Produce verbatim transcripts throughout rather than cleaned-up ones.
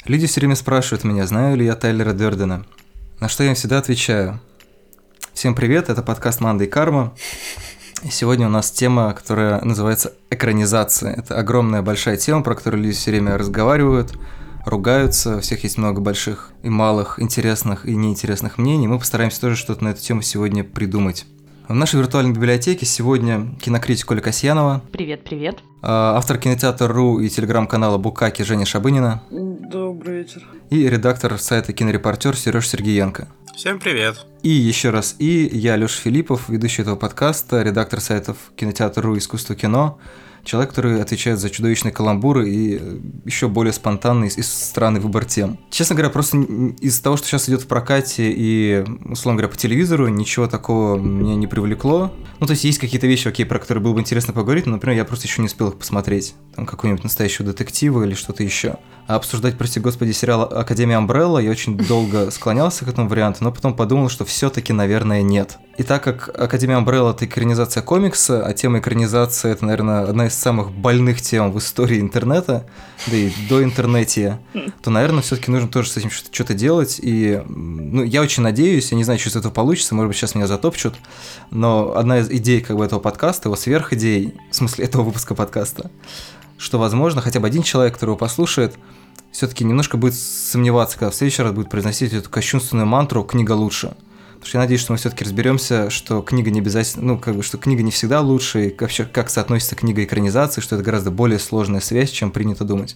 Люди все время спрашивают меня, знаю ли я Тайлера Дердена. На что я им всегда отвечаю. Всем привет, это подкаст «Манда и карма». И сегодня у нас тема, которая называется экранизация. Это огромная большая тема, про которую люди все время разговаривают, ругаются, у всех есть много больших и малых, интересных и неинтересных мнений. Мы постараемся тоже что-то на эту тему сегодня придумать. В нашей виртуальной библиотеке сегодня кинокритик Оля Касьянова. Привет, привет. Автор кинотеатр.ру и телеграм-канала Букаки Женя Шабынина. Добрый вечер. И редактор сайта «Кинорепортер» Сереж Сергеенко. Всем привет. И еще раз и я, Леша Филиппов, ведущий этого подкаста, редактор сайтов кинотеатр.ру и «Искусство кино», человек, который отвечает за чудовищные каламбуры и еще более спонтанный и странный выбор тем. Честно говоря, просто из-за того, что сейчас идет в прокате и, условно говоря, по телевизору, ничего такого меня не привлекло. Ну, то есть есть какие-то вещи, окей, про которые было бы интересно поговорить, но, например, я просто еще не успел их посмотреть. Там какого-нибудь настоящего детектива или что-то еще. А обсуждать, прости господи, сериал «Академия Амбрелла» я очень долго склонялся к этому варианту, но потом подумал, что все-таки, наверное, нет. И так как «Академия Амбрелла» — это экранизация комикса, а тема экранизации — это, наверное, одна из самых больных тем в истории интернета, да и до интернете, то, наверное, все-таки нужно тоже с этим что-то делать. И ну, я очень надеюсь, я не знаю, что из этого получится, может быть, сейчас меня затопчут, но одна из идей как бы этого подкаста, его сверхидей, в смысле этого выпуска подкаста, что, возможно, хотя бы один человек, который его послушает, все-таки немножко будет сомневаться, когда в следующий раз будет произносить эту кощунственную мантру «книга лучше». Потому что я надеюсь, что мы все-таки разберемся, что книга не обязательно, ну, как бы, что книга не всегда лучше, и вообще, как соотносится книга и экранизации, что это гораздо более сложная связь, чем принято думать.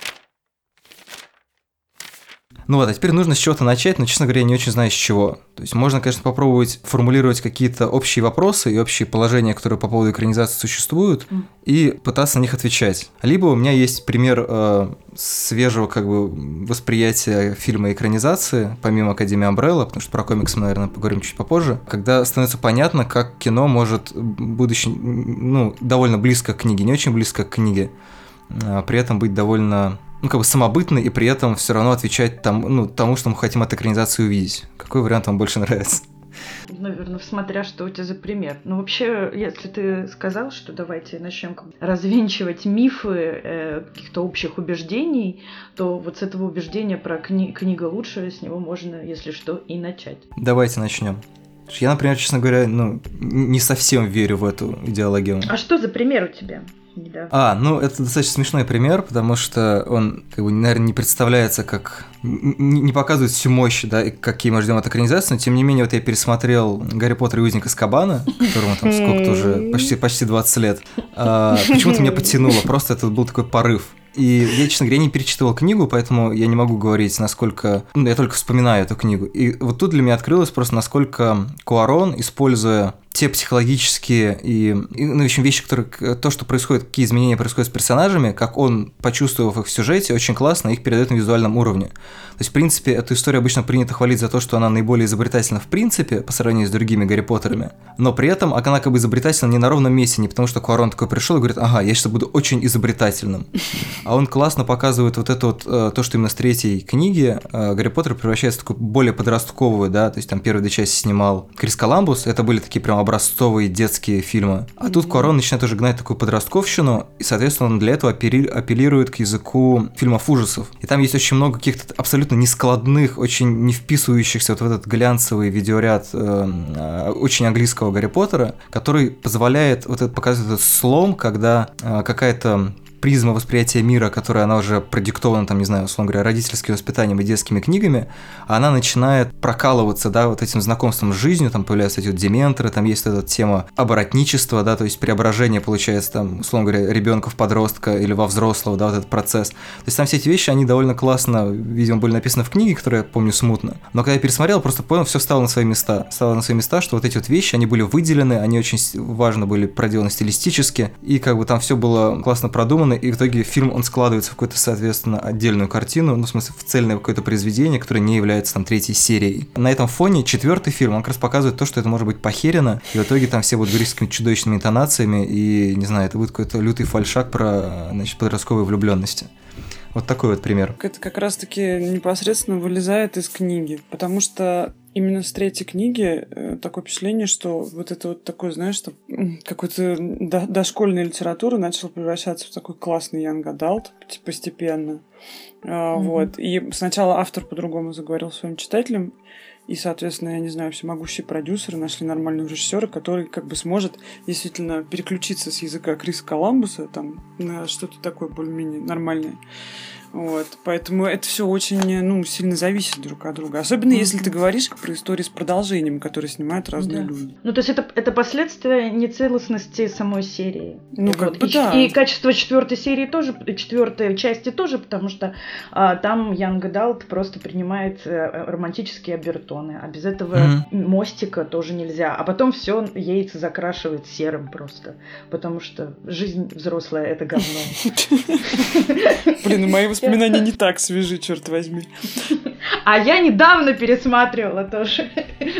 Ну вот, а теперь нужно с чего-то начать, но, честно говоря, я не очень знаю, с чего. То есть можно, конечно, попробовать формулировать какие-то общие вопросы и общие положения, которые по поводу экранизации существуют, mm. и пытаться на них отвечать. Либо у меня есть пример э, свежего как бы восприятия фильма экранизации, помимо «Академии Амбрелла», потому что про комиксы мы, наверное, поговорим чуть попозже, когда становится понятно, как кино может, будучи ну, довольно близко к книге, не очень близко к книге, а при этом быть довольно... ну, как бы самобытный и при этом все равно отвечать тому, ну, тому, что мы хотим от экранизации увидеть. Какой вариант вам больше нравится? Наверное, смотря что у тебя за пример. Ну, вообще, если ты сказал, что давайте начнем развенчивать мифы э, каких-то общих убеждений, то вот с этого убеждения про кни- книга лучше, с него можно, если что, и начать. Давайте начнем. Я, например, честно говоря, ну, не совсем верю в эту идеологию. А что за пример у тебя? Да. А, ну это достаточно смешной пример, потому что он, как бы, наверное, не представляется как... не показывает всю мощь, да, и какие мы ждем от экранизации, но тем не менее, вот я пересмотрел «Гарри Поттер и узник Азкабана», которому там сколько-то уже, почти, почти двадцать лет. А, почему-то меня потянуло, просто это был такой порыв. И я, честно говоря, не перечитывал книгу, поэтому я не могу говорить, насколько... Ну, я только вспоминаю эту книгу. И вот тут для меня открылось просто, насколько Куарон, используя те психологические и, и ну, в общем, вещи, которые... То, что происходит, какие изменения происходят с персонажами, как он, почувствовав их в сюжете, очень классно их передает на визуальном уровне. То есть, в принципе, эту историю обычно принято хвалить за то, что она наиболее изобретательна в принципе, по сравнению с другими Гарри Поттерами, но при этом она как бы изобретательна не на ровном месте, не потому что Куарон такой пришел и говорит, ага, я сейчас буду очень изобретательным. А он классно показывает вот это вот, то, что именно с третьей книги Гарри Поттер превращается в такую более подростковую, да, то есть там первую две части снимал Крис Коламбус, это были такие прям образцовые детские фильмы. А тут Куарон начинает уже гнать такую подростковщину, и, соответственно, он для этого апеллирует к языку фильмов ужасов. И там есть очень много каких-то абсолютно нескладных, очень не вписывающихся вот в этот глянцевый видеоряд э, очень английского Гарри Поттера, который позволяет вот это, показывать этот слом, когда э, какая-то призма восприятия мира, которая она уже продиктована, там, не знаю, условно говоря, родительским воспитанием и детскими книгами, она начинает прокалываться, да, вот этим знакомством с жизнью, там появляются эти вот дементоры, там есть эта тема оборотничества, да, то есть преображение, получается, там, условно говоря, ребенка в подростка или во взрослого, да, вот этот процесс. То есть там все эти вещи, они довольно классно, видимо, были написаны в книге, которую я помню смутно, но когда я пересмотрел, просто понял, все стало на свои места. Стало на свои места, что вот эти вот вещи, они были выделены, они очень важно были проделаны стилистически, и как бы там все было классно продумано, и в итоге фильм, он складывается в какую-то, соответственно, отдельную картину, ну, в смысле, в цельное какое-то произведение, которое не является там третьей серией. На этом фоне четвертый фильм, он как раз показывает то, что это может быть похерено, и в итоге там все будут говорить с какими-то чудовищными интонациями, и, не знаю, это будет какой-то лютый фальшак про, значит, подростковые влюбленности. Вот такой вот пример. Это как раз-таки непосредственно вылезает из книги, потому что именно с третьей книги э, такое впечатление, что вот это вот такое, знаешь, что какой-то до- дошкольная литература начала превращаться в такой классный young adult постепенно. Э, mm-hmm. Вот. И сначала автор по-другому заговорил своим читателям, и, соответственно, я не знаю, всемогущие продюсеры нашли нормального режиссера, который как бы сможет действительно переключиться с языка Криса Коламбуса там, на что-то такое более-менее нормальное. Вот. Поэтому это все очень, ну, сильно зависит друг от друга. Особенно mm-hmm. если ты говоришь про истории с продолжением, которые снимают разные да. люди. Ну, то есть это, это последствия нецелостности самой серии. Ну, и как вот. бы и, да. И качество четвертой серии тоже, четвертой части тоже, потому что а, там Young Adult просто принимает а, романтические обертоны, а без этого mm-hmm. мостика тоже нельзя. А потом все яйца закрашивает серым просто, потому что жизнь взрослая — это говно. Блин, мои воспоминания не так свежи, черт возьми. А я недавно пересматривала тоже.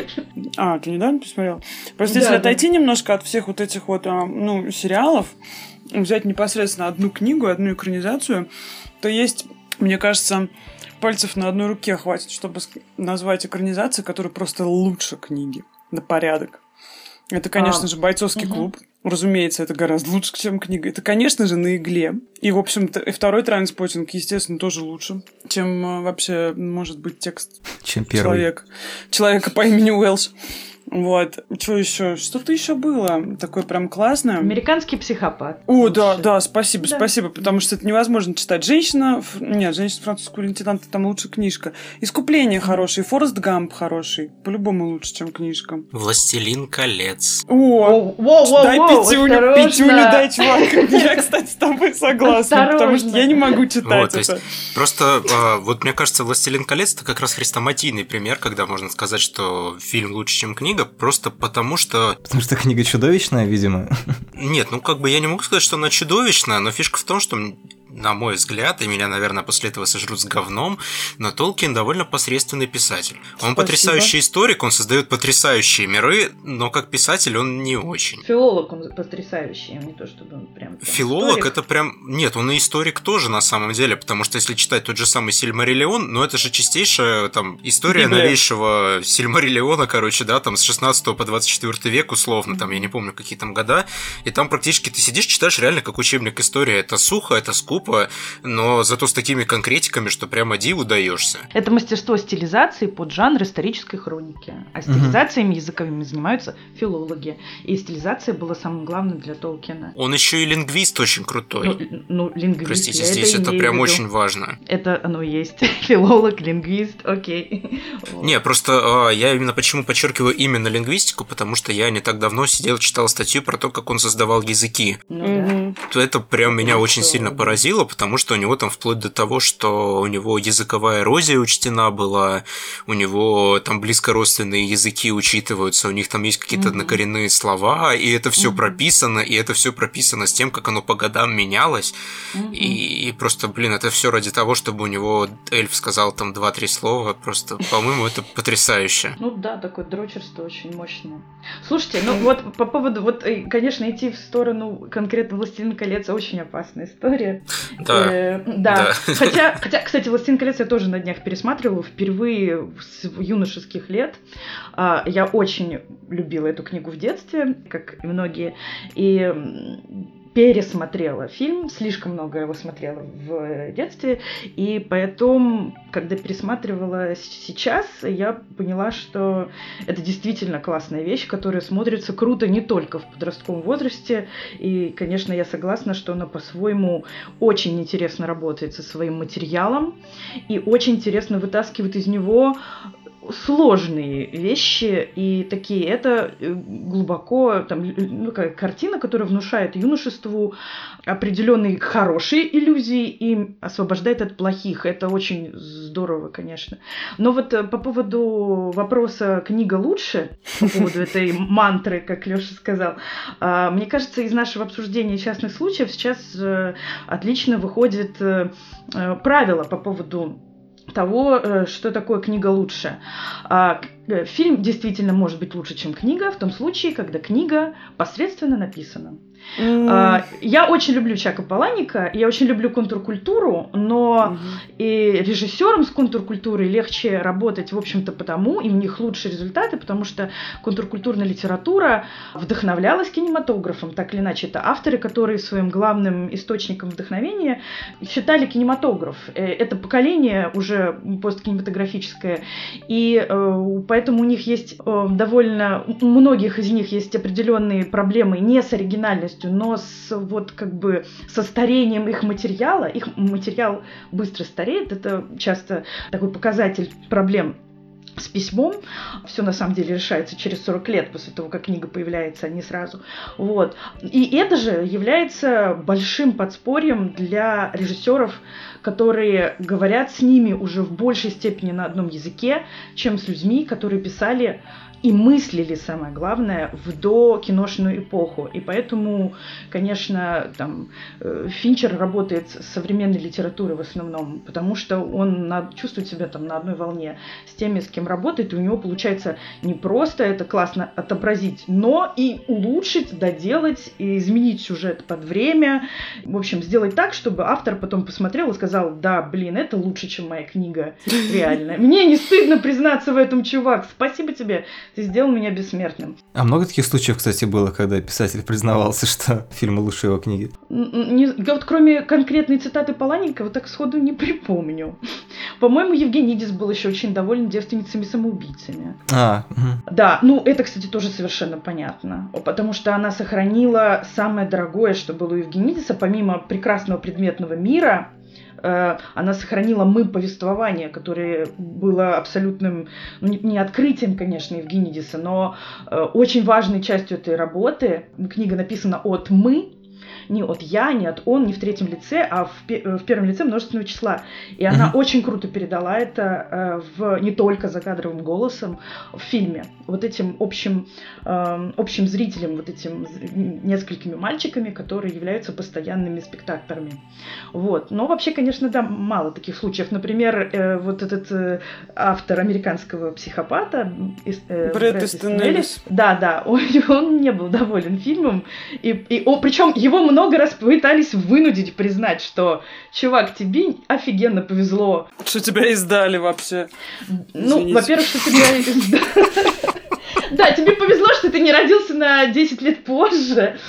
А, ты недавно пересмотрела? Просто да, если да. отойти немножко от всех вот этих вот, ну, сериалов, взять непосредственно одну книгу, одну экранизацию, то есть, мне кажется, пальцев на одной руке хватит, чтобы назвать экранизацию, которая просто лучше книги на порядок. Это, конечно а, же, «Бойцовский угу. клуб». Разумеется, это гораздо лучше, чем книга. Это, конечно же, «На игле». И, в общем-то, и второй «Трейнспоттинг», естественно, тоже лучше, чем вообще может быть текст чем человек, человека по имени Уэлш. Вот. Что еще? Что-то еще было такое прям классное. «Американский психопат». О, лучше. да, да, спасибо, да. спасибо, потому что это невозможно читать. «Женщина», нет, «Женщина французского лейтенанта», там лучше книжка. «Искупление» хороший, «Форест Гамп» хороший, по-любому лучше, чем книжка. «Властелин колец». О, воу, дай воу, пятюню, осторожно. пятюню дай, чувак. Я, кстати, с тобой согласна, осторожно. Потому что я не могу читать вот, это. Просто, э, вот мне кажется, «Властелин колец» — это как раз хрестоматийный пример, когда можно сказать, что фильм лучше, чем книга, просто потому что... Потому что книга чудовищная, видимо. Нет, ну как бы я не могу сказать, что она чудовищная, но фишка в том, что, на мой взгляд, и меня, наверное, после этого сожрут с говном, но Толкин довольно посредственный писатель. Он Спасибо. Потрясающий историк, он создает потрясающие миры, но как писатель он не очень. Филолог он потрясающий, не то чтобы он прям... Филолог историк. Это прям... Нет, он и историк тоже на самом деле, потому что если читать тот же самый Сильмариллион, ну это же чистейшая там история Библия. Новейшего Сильмариллиона, короче, да, там с шестнадцатого по двадцать четвёртый век условно, там я не помню какие там года, и там практически ты сидишь, читаешь реально как учебник истории. Это сухо, это скупо, но зато с такими конкретиками, что прямо диву даешься. Это мастерство стилизации под жанр исторической хроники. А стилизациями угу. языковыми занимаются филологи. И стилизация была самым главным для Толкина. Он еще и лингвист очень крутой. Ну, ну лингвист. Простите, здесь это, это прям очень важно. Это оно и есть. Филолог, лингвист, окей. Вот. Не, просто я именно почему подчеркиваю именно лингвистику, потому что я не так давно сидел, читал статью про то, как он создавал языки. Ну, да. То это прям меня ну, очень что... сильно поразило, потому что у него там вплоть до того, что у него языковая эрозия учтена была, у него там близкородственные языки учитываются, у них там есть какие-то mm-hmm. однокоренные слова, и это все mm-hmm. прописано, и это все прописано с тем, как оно по годам менялось. Mm-hmm. И, и просто, блин, это все ради того, чтобы у него эльф сказал там два-три слова. Просто, по-моему, это потрясающе. Ну да, такое дрочерство очень мощное. Слушайте, ну вот по поводу, вот, конечно, идти в сторону конкретно «Властелин колец» очень опасная история. Да. Э, да. да. Хотя, хотя, кстати, «Властелин колец» я тоже на днях пересматривала впервые с юношеских лет. Я очень любила эту книгу в детстве, как и многие, и пересмотрела фильм, слишком много его смотрела в детстве, и поэтому, когда пересматривала сейчас, я поняла, что это действительно классная вещь, которая смотрится круто не только в подростковом возрасте, и, конечно, я согласна, что она по-своему очень интересно работает со своим материалом, и очень интересно вытаскивает из него сложные вещи и такие. Это глубоко там, ну, как картина, которая внушает юношеству определенные хорошие иллюзии и освобождает от плохих. Это очень здорово, конечно. Но вот по поводу вопроса «книга лучше», по поводу этой мантры, как Лёша сказал, мне кажется, из нашего обсуждения частных случаев сейчас отлично выходит правило по поводу того, что такое книга лучше. фильм действительно может быть лучше, чем книга, в том случае, когда книга посредственно написана. Mm. Я очень люблю Чака Паланика, я очень люблю контркультуру, но mm-hmm. и режиссерам с контркультурой легче работать, в общем-то, потому, и у них лучшие результаты, потому что контркультурная литература вдохновлялась кинематографом, так или иначе. Это авторы, которые своим главным источником вдохновения считали кинематограф. Это поколение уже посткинематографическое, и поэтому у них есть довольно, у многих из них есть определенные проблемы не с оригинальностью, но с вот как бы со старением их материала. Их материал быстро стареет, это часто такой показатель проблем с письмом. Все на самом деле решается через сорок лет после того, как книга появляется, а не сразу. Вот. И это же является большим подспорьем для режиссеров, которые говорят с ними уже в большей степени на одном языке, чем с людьми, которые писали и мыслили, самое главное, в докиношную эпоху. И поэтому, конечно, там, Финчер работает с современной литературой в основном, потому что он на, чувствует себя там на одной волне с теми, с кем работает, и у него получается не просто это классно отобразить, но и улучшить, доделать, и изменить сюжет под время. В общем, сделать так, чтобы автор потом посмотрел и сказал: да, блин, это лучше, чем моя книга. Реально. Мне не стыдно признаться в этом, чувак. Спасибо тебе. Ты сделал меня бессмертным. А много таких случаев, кстати, было, когда писатель признавался, что фильмы лучше его книги? Не, вот кроме конкретной цитаты Паланика, вот так сходу не припомню. По-моему, Евгенидис был еще очень доволен девственницами-самоубийцами. А, угу. Да, ну это, кстати, тоже совершенно понятно. Потому что она сохранила самое дорогое, что было у Евгенидиса, помимо прекрасного предметного мира. Она сохранила мым повествования, которое было абсолютным, ну, не открытием, конечно, Евгенидиса, но очень важной частью этой работы. Книга написана от «мы», не от «я», не от «он», не в третьем лице, а в, в первом лице множественного числа. И она mm-hmm. очень круто передала это в, не только закадровым голосом в фильме. Вот этим общим, э, общим зрителем, вот этим несколькими мальчиками, которые являются постоянными спектаторами. Вот. Но вообще, конечно, да, мало таких случаев. Например, э, вот этот э, автор американского психопата э, Брэд Истон Эллис. Да, да, он, он не был доволен фильмом. И, и он, причем его много раз пытались вынудить признать, что, чувак, тебе офигенно повезло. Что тебя издали вообще. Ну, Извините. Во-первых, что тебя издали. Да, тебе повезло, что ты не родился на десять лет позже.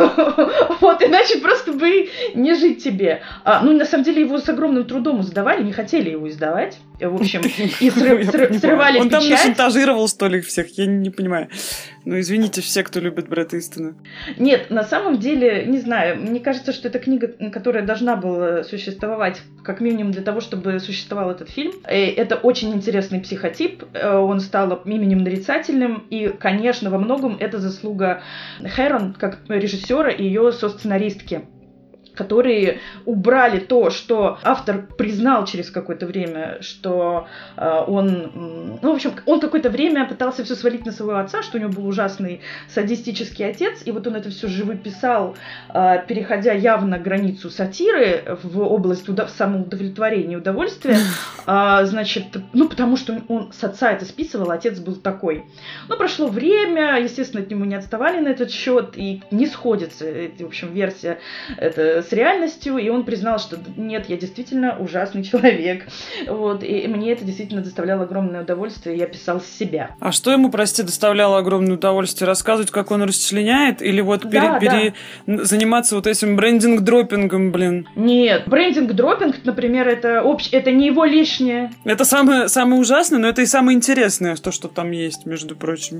Вот, иначе просто бы не жить тебе. А, ну, на самом деле, его с огромным трудом издавали, не хотели его издавать. В общем, и срыв, срыв, срывали Он печать. там нашантажировал, что ли, всех? Я не, не понимаю. Ну, извините, все, кто любит Брэда Истона. Нет, на самом деле, не знаю. Мне кажется, что это книга, которая должна была существовать, как минимум для того, чтобы существовал этот фильм. И это очень интересный психотип. Он стал именем нарицательным. И, конечно, во многом это заслуга Хэрон, как режиссера, и ее сосценаристки, которые убрали то, что автор признал через какое-то время, что э, он, ну, в общем, он какое-то время пытался все свалить на своего отца, что у него был ужасный садистический отец, и вот он это все живописал, э, переходя явно границу сатиры в область удов- самоудовлетворения и удовольствия, э, значит, ну, потому что он с отца это списывал, отец был такой. Но прошло время, естественно, от него не отставали на этот счет, и не сходится, в общем, версия это с реальностью, и он признал, что нет, я действительно ужасный человек. Вот, и мне это действительно доставляло огромное удовольствие, я писал с себя. А что ему, прости, доставляло огромное удовольствие? Рассказывать, как он расчленяет, или вот да, пере, да. пере... заниматься вот этим брендинг-дропингом, блин? Нет, брендинг-дропинг, например, это, общ... это не его лишнее. Это самое, самое ужасное, но это и самое интересное, то, что там есть, между прочим.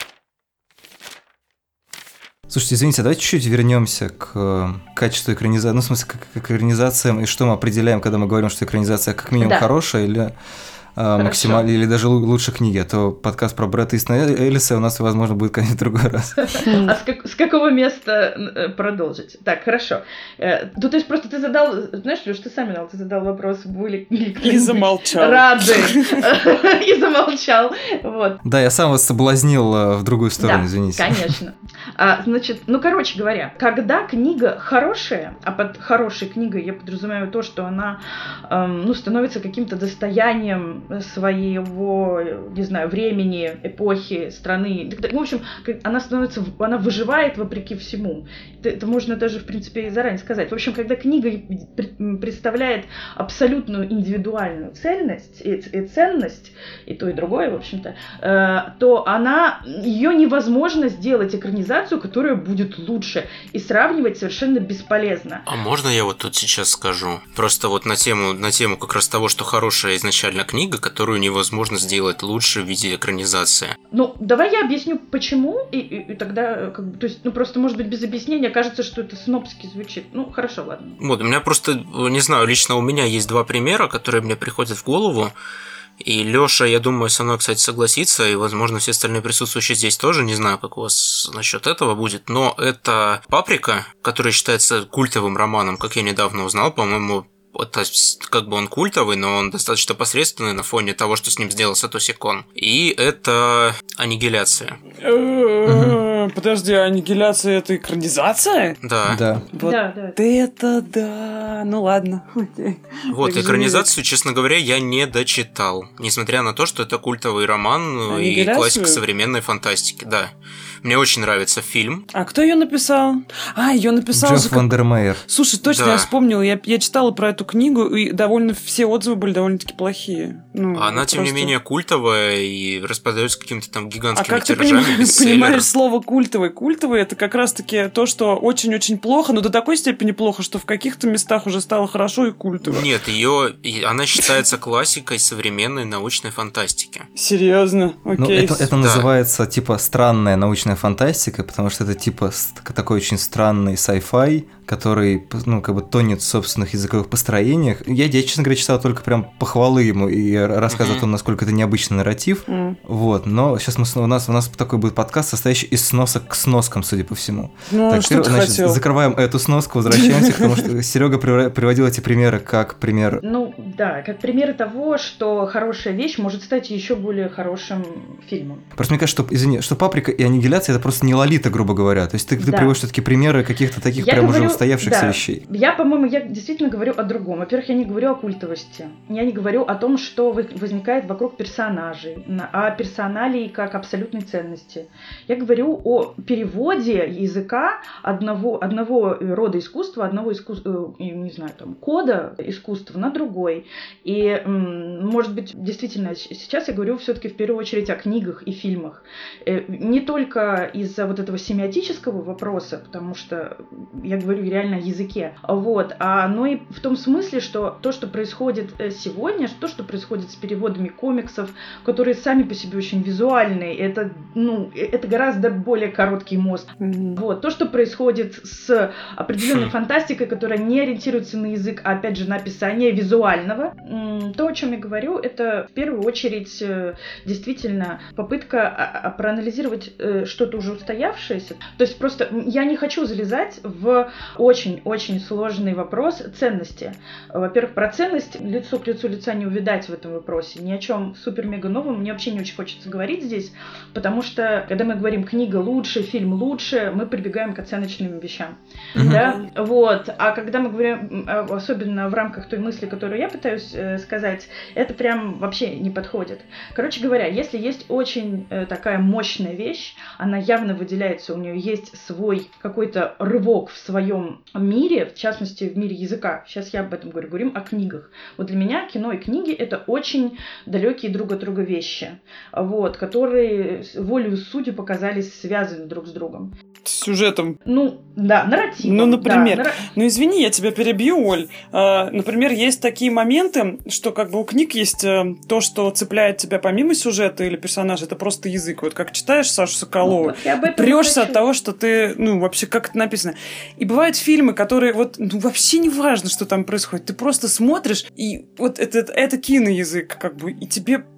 Слушайте, извините, давайте чуть-чуть вернемся к качеству экранизации, ну, в смысле, к, к экранизациям, и что мы определяем, когда мы говорим, что экранизация как минимум да. хорошая или э, максимально, или даже лучше книги, а то подкаст про Брэда Истона Эллиса у нас, возможно, будет как-нибудь в другой раз. А с, как, с какого места продолжить? Так, хорошо. Ну, то есть просто ты задал, знаешь, Лёш, ты сам виноват, ты задал вопрос, были ли и замолчал. Рады. И замолчал. Вот. Да, я сам вас соблазнил в другую сторону, извините. Конечно. А, значит, ну, короче говоря, когда книга хорошая, а под хорошей книгой я подразумеваю то, что она эм, ну, становится каким-то достоянием своего, не знаю, времени, эпохи, страны. В общем, она становится, она выживает вопреки всему. Это, это можно даже, в принципе, заранее сказать. В общем, когда книга представляет абсолютную индивидуальную цельность и, и ценность, и то, и другое, в общем-то, э, то она, ее невозможно сделать экранизацию, которая будет лучше, и сравнивать совершенно бесполезно. А можно я вот тут сейчас скажу? Просто вот на тему, на тему как раз того, что хорошая изначально книга, которую невозможно сделать лучше в виде экранизации. Ну, давай я объясню, почему, и, и, и тогда, как бы, то есть, ну, просто, может быть, без объяснения кажется, что это снобски звучит. Ну, хорошо, ладно. Вот, у меня просто, не знаю, лично у меня есть два примера, которые мне приходят в голову. И Лёша, я думаю, со мной, кстати, согласится, и, возможно, все остальные присутствующие здесь тоже, не знаю, как у вас насчет этого будет, но это «Паприка», которая считается культовым романом, как я недавно узнал, по-моему, это как бы он культовый, но он достаточно посредственный на фоне того, что с ним сделал Сатоси Кон. И это «Аннигиляция». Подожди, «Аннигиляция» — это экранизация? Да. Да. Вот Да, да. это да. Ну ладно. Окей. Вот, Так экранизацию, честно говоря, я не дочитал. Несмотря на то, что это культовый роман и классика современной фантастики, да. Мне очень нравится фильм. А кто ее написал? А, ее написал... Джефф Вандермеер. Слушай, точно, Да. я вспомнил. Я, я читала про эту книгу, и довольно все отзывы были довольно-таки плохие. Ну, Она, тем не просто- менее, культовая и распродается какими-то там А гигантскими как ты тиражами, понимаешь, бестселлер. понимаешь слово «культовый»? Культовый — это как раз-таки то, что очень-очень плохо, но до такой степени плохо, что в каких-то местах уже стало хорошо и культово. Нет, ее, она считается классикой современной научной фантастики. Серьезно? Окей. Ну, это, это Да. называется, типа, странная научная фантастика, потому что это, типа, с- такой очень странный sci-fi, который, ну, как бы тонет в собственных языковых построениях. Я, я, честно говоря, читал только прям похвалы ему и рассказы Мгм. о том, насколько это необычный нарратив. М. Вот, но сейчас мы, снова- у, нас, у нас такой будет подкаст, состоящий из сносок к сноскам, судя по всему. Ну, Так, что ты значит, хотел? закрываем эту сноску, возвращаемся к тому, что Серега приводил эти примеры как пример. Ну, да, как примеры того, что хорошая вещь может стать еще более хорошим фильмом. Просто мне кажется, что, извини, что «Паприка» и «Аннигиляция» — это просто не Лолита, грубо говоря. То есть ты, ты Да. приводишь все-таки примеры каких-то таких Я прям говорю- уже устоявшихся да. вещей. Я, по-моему, я действительно говорю о другом. Во-первых, я не говорю о культовости. Я не говорю о том, что вы- возникает вокруг персонажей, на- о персоналии как абсолютной ценности. Я говорю о переводе языка одного, одного рода искусства, одного искусства, не знаю, там, кода искусства на другой. И, м, может быть, действительно, с- сейчас я говорю все-таки в первую очередь о книгах и фильмах. Э, Не только из-за вот этого семиотического вопроса, потому что я говорю реально о языке, вот, а, но и в том смысле, что то, что происходит э, сегодня, то, что происходит с переводами комиксов, которые сами по себе очень визуальные, это, ну, э- это гораздо более короткий мозг. Мгм. Вот, то, что происходит с определенной Хм. фантастикой, которая не ориентируется на язык, а опять же на описание визуального, м, то, о чем я говорю, это в первую очередь э, действительно попытка а- а- проанализировать э, что-то уже устоявшееся. То есть просто м, я не хочу залезать в очень-очень сложный вопрос ценности. Во-первых, про ценность лицо к лицу лица не увидать в этом вопросе. Ни о чем супер-мега новом мне вообще не очень хочется говорить здесь, потому что, когда мы говорим «книга лучше», «фильм лучше», мы прибегаем к оценочным вещам. Мгм. Да? Вот. А когда мы говорим, м, а, особенно в рамках той мысли, которую я пытаюсь э, сказать, это прям вообще не подходит. Короче говоря, если есть очень э, такая мощная вещь, она явно выделяется, у нее есть свой какой-то рывок в своем мире, в частности, в мире языка. Сейчас я об этом говорю, говорим о книгах. Вот для меня кино и книги — это очень далекие друг от друга вещи, вот, которые волею судеб показались связаны друг с другом. С сюжетом. Ну, да, нарративом. Ну, например. Да, нара- Ну, извини, я тебя перебью, Оль. А, например, есть такие моменты, что как бы у книг есть э, то, что цепляет тебя помимо сюжета или персонажа, это просто язык. Вот как читаешь Сашу Соколову, Вот я об этом прешься хочу. от того, что ты, ну, вообще, как это написано. И бывают фильмы, которые вот, ну, вообще не важно, что там происходит. Ты просто смотришь, и вот это, это киноязык, как бы, и тебе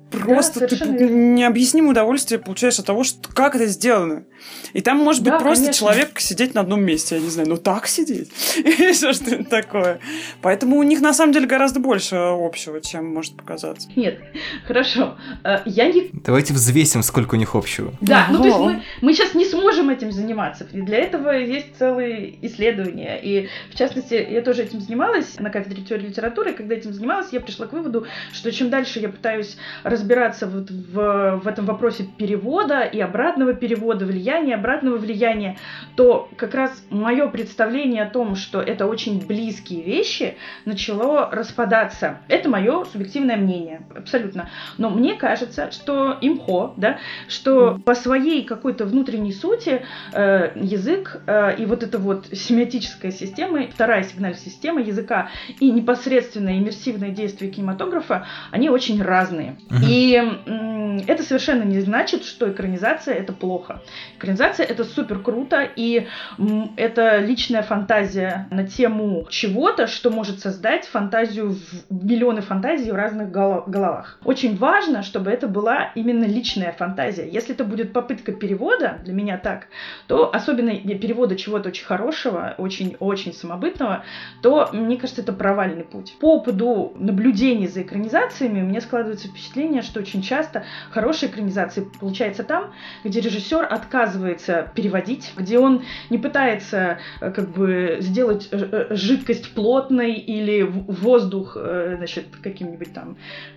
просто Да, ты совершенно верно. необъяснимое удовольствие получаешь от того, что, как это сделано. И там может быть Да, просто конечно. человек сидеть на одном месте, я не знаю, ну так сидеть, или что-то такое. Поэтому у них на самом деле гораздо больше общего, чем может показаться. Нет, хорошо. Э, Я не... Давайте взвесим, сколько у них общего. Да, ну то есть Ого. мы, мы сейчас не сможем этим заниматься. И для этого есть целые исследования. И в частности, я тоже этим занималась на кафедре теории литературы. И когда этим занималась, я пришла к выводу, что чем дальше я пытаюсь разбираться вот в, в этом вопросе перевода и обратного перевода, влияния, обратного влияния, то как раз мое представление о том, что это очень близкие вещи, начало распадаться. Это мое субъективное мнение, абсолютно. Но мне кажется, что имхо, да, что по своей какой-то внутренней сути э, язык э, и вот эта вот семиотическая система, вторая сигнальная система языка и непосредственное иммерсивное действие кинематографа, они очень разные. Мгм. И м, это совершенно не значит, что экранизация — это плохо. Экранизация — это супер круто, и м, это личная фантазия на тему чего-то, что может создать фантазию, в миллионы фантазий в разных голо- головах. Очень важно, чтобы это была именно личная фантазия. Если это будет попытка перевода, для меня так, то особенно перевода чего-то очень хорошего, очень-очень самобытного, то, мне кажется, это провальный путь. По опыту наблюдений за экранизациями у меня складывается впечатление, что очень часто хорошая экранизация получается там, где режиссер отказывается переводить, где он не пытается э, как бы сделать э, э, жидкость плотной или в- воздух, э, значит, каким-нибудь там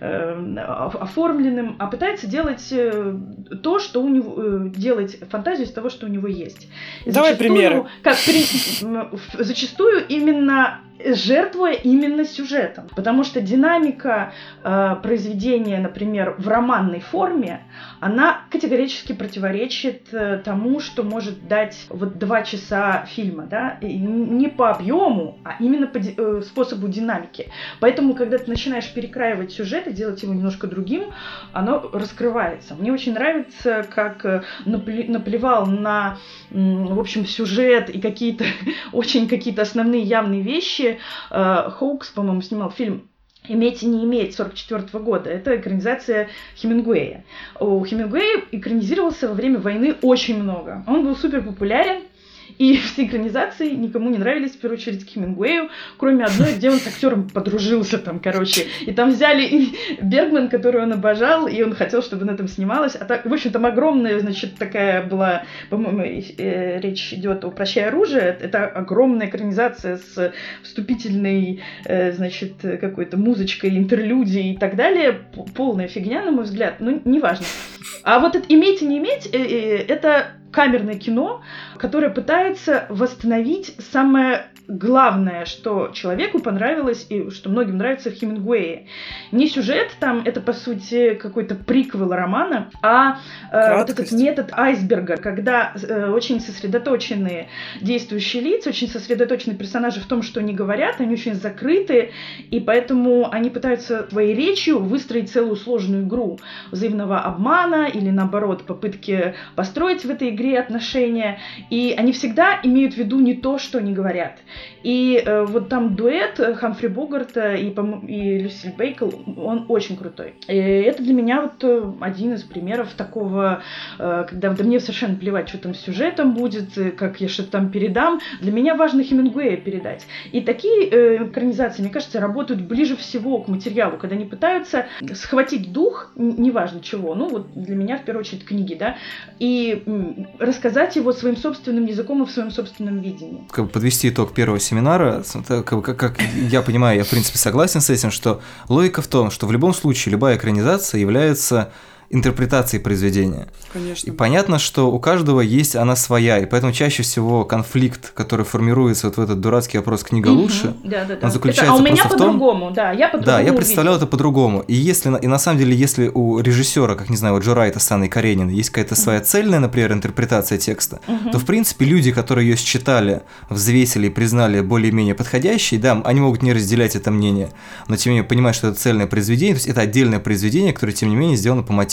э, о- оформленным, а пытается делать э, то, что у него, э, делать фантазию из того, что у него есть. И Давай зачастую, примеры. Как при- м, в- зачастую именно жертвуя именно сюжетом. Потому что динамика э, произведения, например, в романной форме, она категорически противоречит э, тому, что может дать вот два часа фильма, да, и не по объему, а именно по ди- э, способу динамики. Поэтому, когда ты начинаешь перекраивать сюжет и делать его немножко другим, оно раскрывается. Мне очень нравится, как э, напле- наплевал на, м, в общем, сюжет и какие-то очень какие-то основные явные вещи. Э, Хоукс, по-моему, снимал фильм «Иметь и не иметь» сорок четвёртого года. Это экранизация Хемингуэя. У Хемингуэя экранизировался во время войны очень много. Он был супер популярен. И все экранизации никому не нравились, в первую очередь, Хемингуэю, кроме одной, где он с актером подружился там, короче. И там взяли Бергман, которую он обожал, и он хотел, чтобы она там снималась. А так, в общем, там огромная, значит, такая была, по-моему, э, речь идет о «Прощай, оружие». Это огромная экранизация с вступительной, э, значит, какой-то музычкой, интерлюдией и так далее. П- Полная фигня, на мой взгляд. Ну, неважно. А вот это «иметь и не иметь» э, э, это камерное кино, которое пытается восстановить самое главное, что человеку понравилось и что многим нравится в Хемингуэе. Не сюжет, там это по сути какой-то приквел романа, а э, вот этот метод айсберга, когда э, очень сосредоточенные действующие лица, очень сосредоточенные персонажи в том, что они говорят, они очень закрыты, и поэтому они пытаются своей речью выстроить целую сложную игру взаимного обмана или, наоборот, попытки построить в этой игре отношения, и они всегда имеют в виду не то, что они говорят. И э, вот там дуэт Хамфри Богарта и, и Люсиль Бейкл, он очень крутой. И это для меня вот один из примеров такого, э, когда да мне совершенно плевать, что там с сюжетом будет, как я что-то там передам. Для меня важно Хемингуэя передать. И такие э, экранизации, мне кажется, работают ближе всего к материалу, когда они пытаются схватить дух, неважно чего, ну вот для меня в первую очередь книги, да, и м, рассказать его своим собственным языком и в своем собственном видении. Как бы подвести итог первого семинара, как, как, как я понимаю, я в принципе согласен с этим, что логика в том, что в любом случае любая экранизация является интерпретацией произведения. Конечно. И понятно, что у каждого есть она своя, и поэтому чаще всего конфликт, который формируется вот в этот дурацкий вопрос «книга Угу. лучше», да, да, да. он заключается это, а у меня просто в том... по-другому, да, я по-другому Да, я увидела. представлял это по-другому. И если и на самом деле, если у режиссера, как не знаю, у Джо Райта с Анной Карениной, есть какая-то своя цельная, например, интерпретация текста, Мгм. то в принципе люди, которые ее считали, взвесили и признали более-менее подходящей, да, они могут не разделять это мнение, но тем не менее понимать, что это цельное произведение, то есть это отдельное произведение, которое тем не менее сделано по мотивам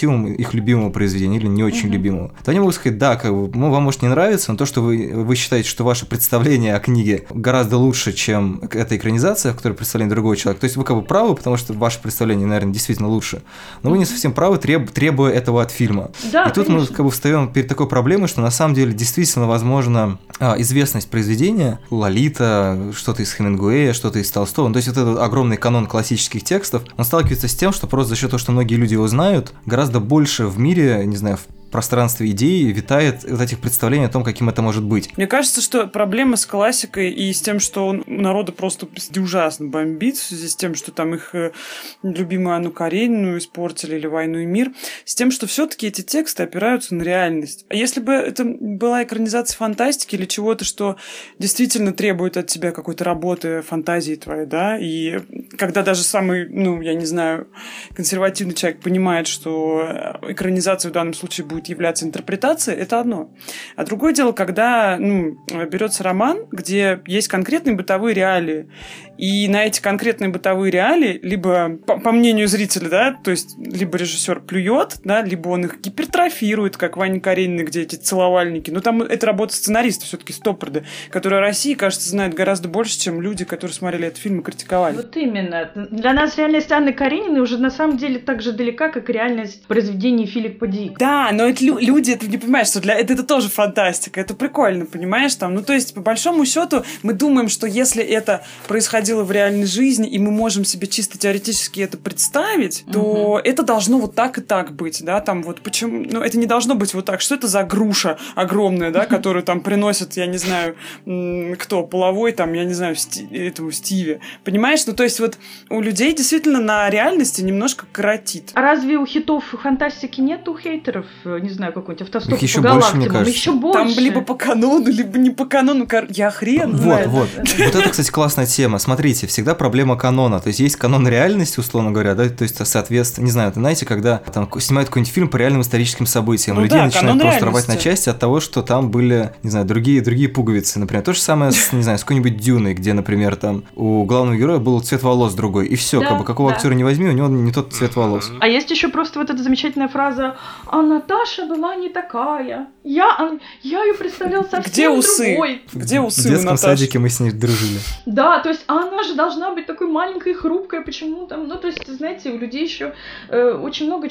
мотивам их любимого произведения или не очень mm-hmm. любимого, то они могут сказать, да, как бы, ну, вам может не нравиться, но то, что вы, вы считаете, что ваше представление о книге гораздо лучше, чем эта экранизация, в которой представление другого человека, то есть вы как бы правы, потому что ваше представление, наверное, действительно лучше, но mm-hmm. вы не совсем правы, треб, требуя этого от фильма. Да, и тут конечно. мы как бы встаем перед такой проблемой, что на самом деле действительно возможно а, известность произведения, Лолита, что-то из Хемингуэя, что-то из Толстого, ну, то есть вот этот огромный канон классических текстов, он сталкивается с тем, что просто за счет того, что многие люди его знают, гораздо больше в мире, не знаю, в пространстве идеи витает вот этих представлений о том, каким это может быть. Мне кажется, что проблема с классикой и с тем, что он, народа просто ужасно бомбит, в связи с тем, что там их э, любимую Анну Каренину испортили, или «Войну и мир», с тем, что все-таки эти тексты опираются на реальность. А если бы это была экранизация фантастики или чего-то, что действительно требует от тебя какой-то работы, фантазии твоей, да, и когда даже самый, ну, я не знаю, консервативный человек понимает, что экранизация в данном случае будет являться интерпретацией, это одно. А другое дело, когда ну, берется роман, где есть конкретные бытовые реалии, и на эти конкретные бытовые реалии, либо, по, по мнению зрителя, да, то есть, либо режиссер плюет, да, либо он их гипертрофирует, как Ваня Каренина, где эти целовальники. Но там это работа сценариста все-таки Стоппарда, которая о России, кажется, знает гораздо больше, чем люди, которые смотрели этот фильм и критиковали. Вот именно. Для нас реальность Анны Карениной уже на самом деле так же далека, как и реальность произведений Филиппа Дика. Да, но это люди, это не понимают, что для это, это тоже фантастика, это прикольно, понимаешь, там, ну, то есть, по большому счету, мы думаем, что если это происходило в реальной жизни, и мы можем себе чисто теоретически это представить, то угу. это должно вот так и так быть, да, там, вот, почему, ну, это не должно быть вот так, что это за груша огромная, да, которую там приносят, я не знаю, кто, половой, там, я не знаю, сти, этому Стиве, понимаешь, ну, то есть, вот, у людей действительно на реальности немножко коротит. А разве у хитов фантастики нету хейтеров, не знаю, какой-нибудь автостоп по еще галактикам, больше, мне кажется. Еще больше. Там либо по канону, либо не по канону. Я хрен Вот, знает. вот. Вот это, кстати, классная тема. Смотрите, всегда проблема канона. То есть есть канон реальности, условно говоря, да, то есть, соответственно, не знаю, знаете, когда там снимают какой-нибудь фильм по реальным историческим событиям, ну людей да, начинают просто реальности. рвать на части от того, что там были, не знаю, другие, другие пуговицы, например. То же самое с, не знаю, с какой-нибудь Дюной, где, например, там у главного героя был цвет волос другой, и все, да, как бы какого да. актера не возьми, у него не тот цвет волос. А есть еще просто вот эта замечательная фраза: «А Наташа была не такая. Я, я ее представлял совсем Где усы? другой». Где усы в детском у Наташи? садике мы с ней дружили. Да, то есть а она же должна быть такой маленькой и хрупкой, почему там, ну то есть, знаете, у людей еще э, очень много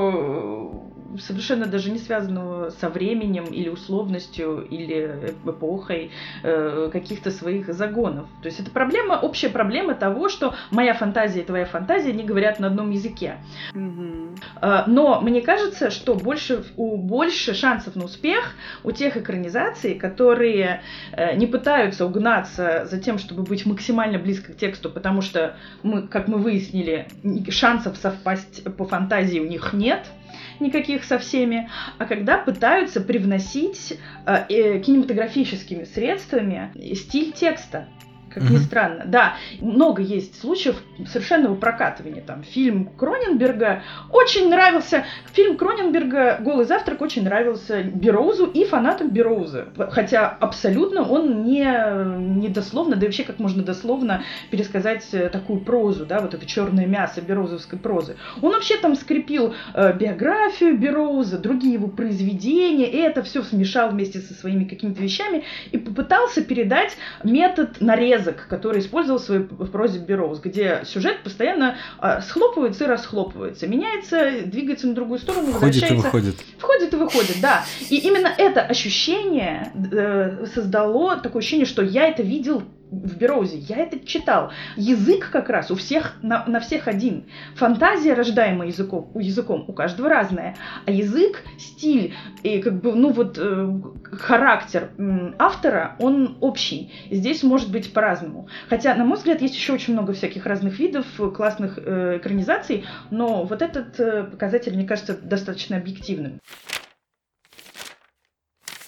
чего э, совершенно даже не связанного со временем или условностью, или эпохой э, каких-то своих загонов. То есть это проблема, общая проблема того, что моя фантазия и твоя фантазия не говорят на одном языке. Mm-hmm. Э, но мне кажется, что больше, у, больше шансов на успех у тех экранизаций, которые э, не пытаются угнаться за тем, чтобы быть максимально близко к тексту, потому что, мы, как мы выяснили, шансов совпасть по фантазии у них нет никаких со всеми, а когда пытаются привносить э, э, кинематографическими средствами стиль текста. Как ни странно. Да, много есть случаев совершенного прокатывания. Там фильм Кроненберга очень нравился. Фильм Кроненберга «Голый завтрак» очень нравился Берроузу и фанатам Берроуза. Хотя абсолютно он не, не дословно, да и вообще как можно дословно пересказать такую прозу, да, вот это черное мясо берроузовской прозы. Он вообще там скрепил э, биографию Берроуза, другие его произведения, и это все смешал вместе со своими какими-то вещами и попытался передать метод нареза, который использовал в своей прозе Берроуз, где сюжет постоянно э, схлопывается и расхлопывается, меняется, двигается на другую сторону, входит возвращается. и выходит. Входит и выходит, да. И именно это ощущение э, создало такое ощущение, что я это видел в Берроузе, я это читал. Язык как раз у всех, на, на всех один. Фантазия, рождаемая языком, у языком, у каждого разная. А язык, стиль и как бы, ну вот, э, характер э, автора, он общий. Здесь может быть по-разному. Хотя, на мой взгляд, есть еще очень много всяких разных видов, классных э, экранизаций, но вот этот э, показатель, мне кажется, достаточно объективным.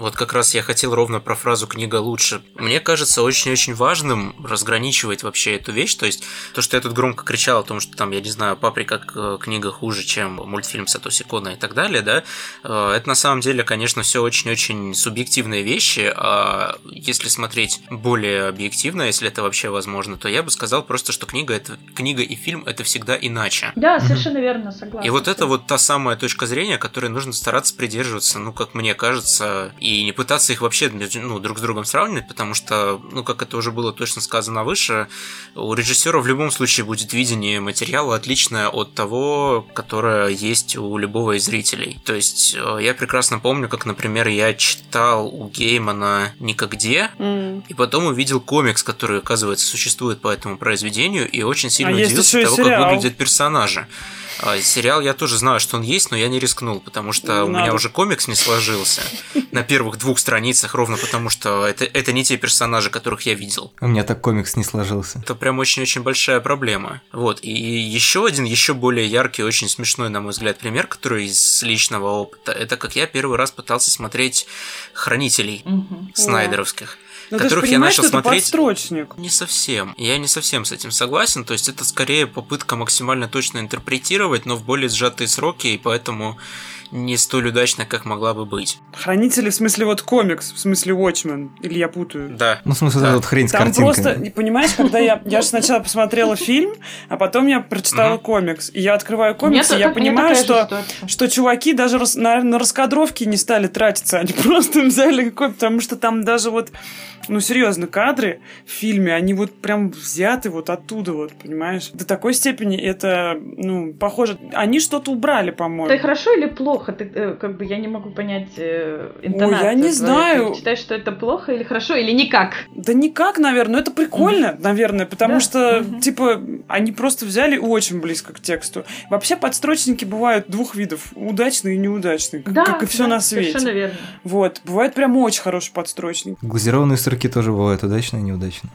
Вот как раз я хотел ровно про фразу «книга лучше». Мне кажется очень-очень важным разграничивать вообще эту вещь. То есть то, что я тут громко кричал о том, что там, я не знаю, «Паприка» книга хуже, чем мультфильм Сатоси Коно и так далее, да, это на самом деле, конечно, все очень-очень субъективные вещи. А если смотреть более объективно, если это вообще возможно, то я бы сказал просто, что книга, это, книга и фильм — это всегда иначе. Да, совершенно верно, согласна. И вот это вот та самая точка зрения, которой нужно стараться придерживаться, ну, как мне кажется, и не пытаться их вообще, ну, друг с другом сравнивать, потому что, ну, как это уже было точно сказано выше, у режиссера в любом случае будет видение материала отличное от того, которое есть у любого из зрителей. То есть я прекрасно помню, как, например, я читал у Геймана «Никогде», mm. и потом увидел комикс, который, оказывается, существует по этому произведению, и очень сильно а удивился того, как выглядят персонажи. Сериал я тоже знаю, что он есть, но я не рискнул, потому что не у надо. Меня уже комикс не сложился на первых двух страницах, ровно потому что это, это не те персонажи, которых я видел. У меня так комикс не сложился. Это прям очень-очень большая проблема. Вот. И еще один, еще более яркий, очень смешной, на мой взгляд, пример, который из личного опыта, это как я первый раз пытался смотреть «Хранителей» угу. снайдеровских. Но которых ты я начал что смотреть. Это подстрочник. Не совсем. Я не совсем с этим согласен. То есть это скорее попытка максимально точно интерпретировать, но в более сжатые сроки, и поэтому не столь удачно, как могла бы быть. Хранители, в смысле, вот комикс, в смысле Watchmen, или я путаю? Да. Ну, в смысле, да. Вот хрень с Там картинками. просто, понимаешь, когда я... Я же сначала посмотрела фильм, а потом я прочитала комикс. И я открываю комикс, и я понимаю, что, что чуваки даже, наверное, на раскадровки не стали тратиться. Они просто взяли комикс, потому что там даже вот... Ну, серьезно, кадры в фильме, они вот прям взяты вот оттуда вот, понимаешь? До такой степени это, ну, похоже... Они что-то убрали, по-моему. Это хорошо или плохо? Ты, как бы, я не могу понять э, интонацию. Ой, я не знаю. Ты считаешь, что это плохо или хорошо, или никак? Да никак, наверное. Но это прикольно, mm-hmm. наверное, потому да. что, mm-hmm. типа, они просто взяли очень близко к тексту. Вообще подстрочники бывают двух видов. Удачные и неудачные. Да, как и все да, на свете. Совершенно верно. Вот. Бывает прям очень хороший подстрочник. Глазированные сырки тоже бывают удачные и неудачные.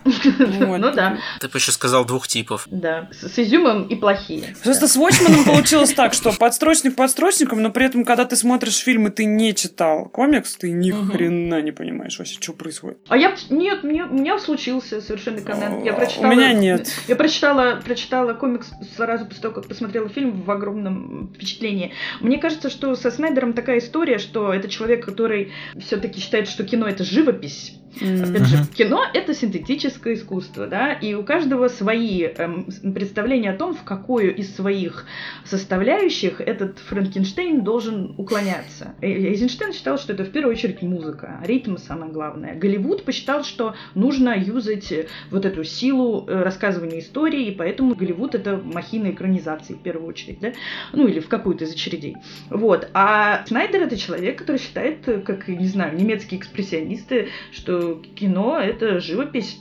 Ну да. Ты бы еще сказал двух типов. Да. С изюмом и плохие. Просто с Watchmen'ом получилось так, что подстрочник подстрочником, но при этом, когда ты смотришь фильм и ты не читал комикс, ты ни хрена не понимаешь вообще, что происходит. А я... Нет, мне, у меня случился совершенно коммент. Я прочитала... У меня нет. Я прочитала, прочитала комикс сразу после того, как посмотрела фильм в огромном впечатлении. Мне кажется, что со Снайдером такая история, что это человек, который все-таки считает, что кино — это живопись. Mm-hmm. Опять же, кино — это синтетическое искусство, да, и у каждого свои эм, представления о том, в какую из своих составляющих этот Франкенштейн должен уклоняться. Эйзенштейн считал, что это в первую очередь музыка, ритм самое главное. Голливуд посчитал, что нужно юзать вот эту силу рассказывания истории, и поэтому Голливуд — это махина экранизации в первую очередь, да, ну или в какую-то из очередей. Вот. А Снайдер — это человек, который считает, как, не знаю, немецкие экспрессионисты, что кино — это живопись.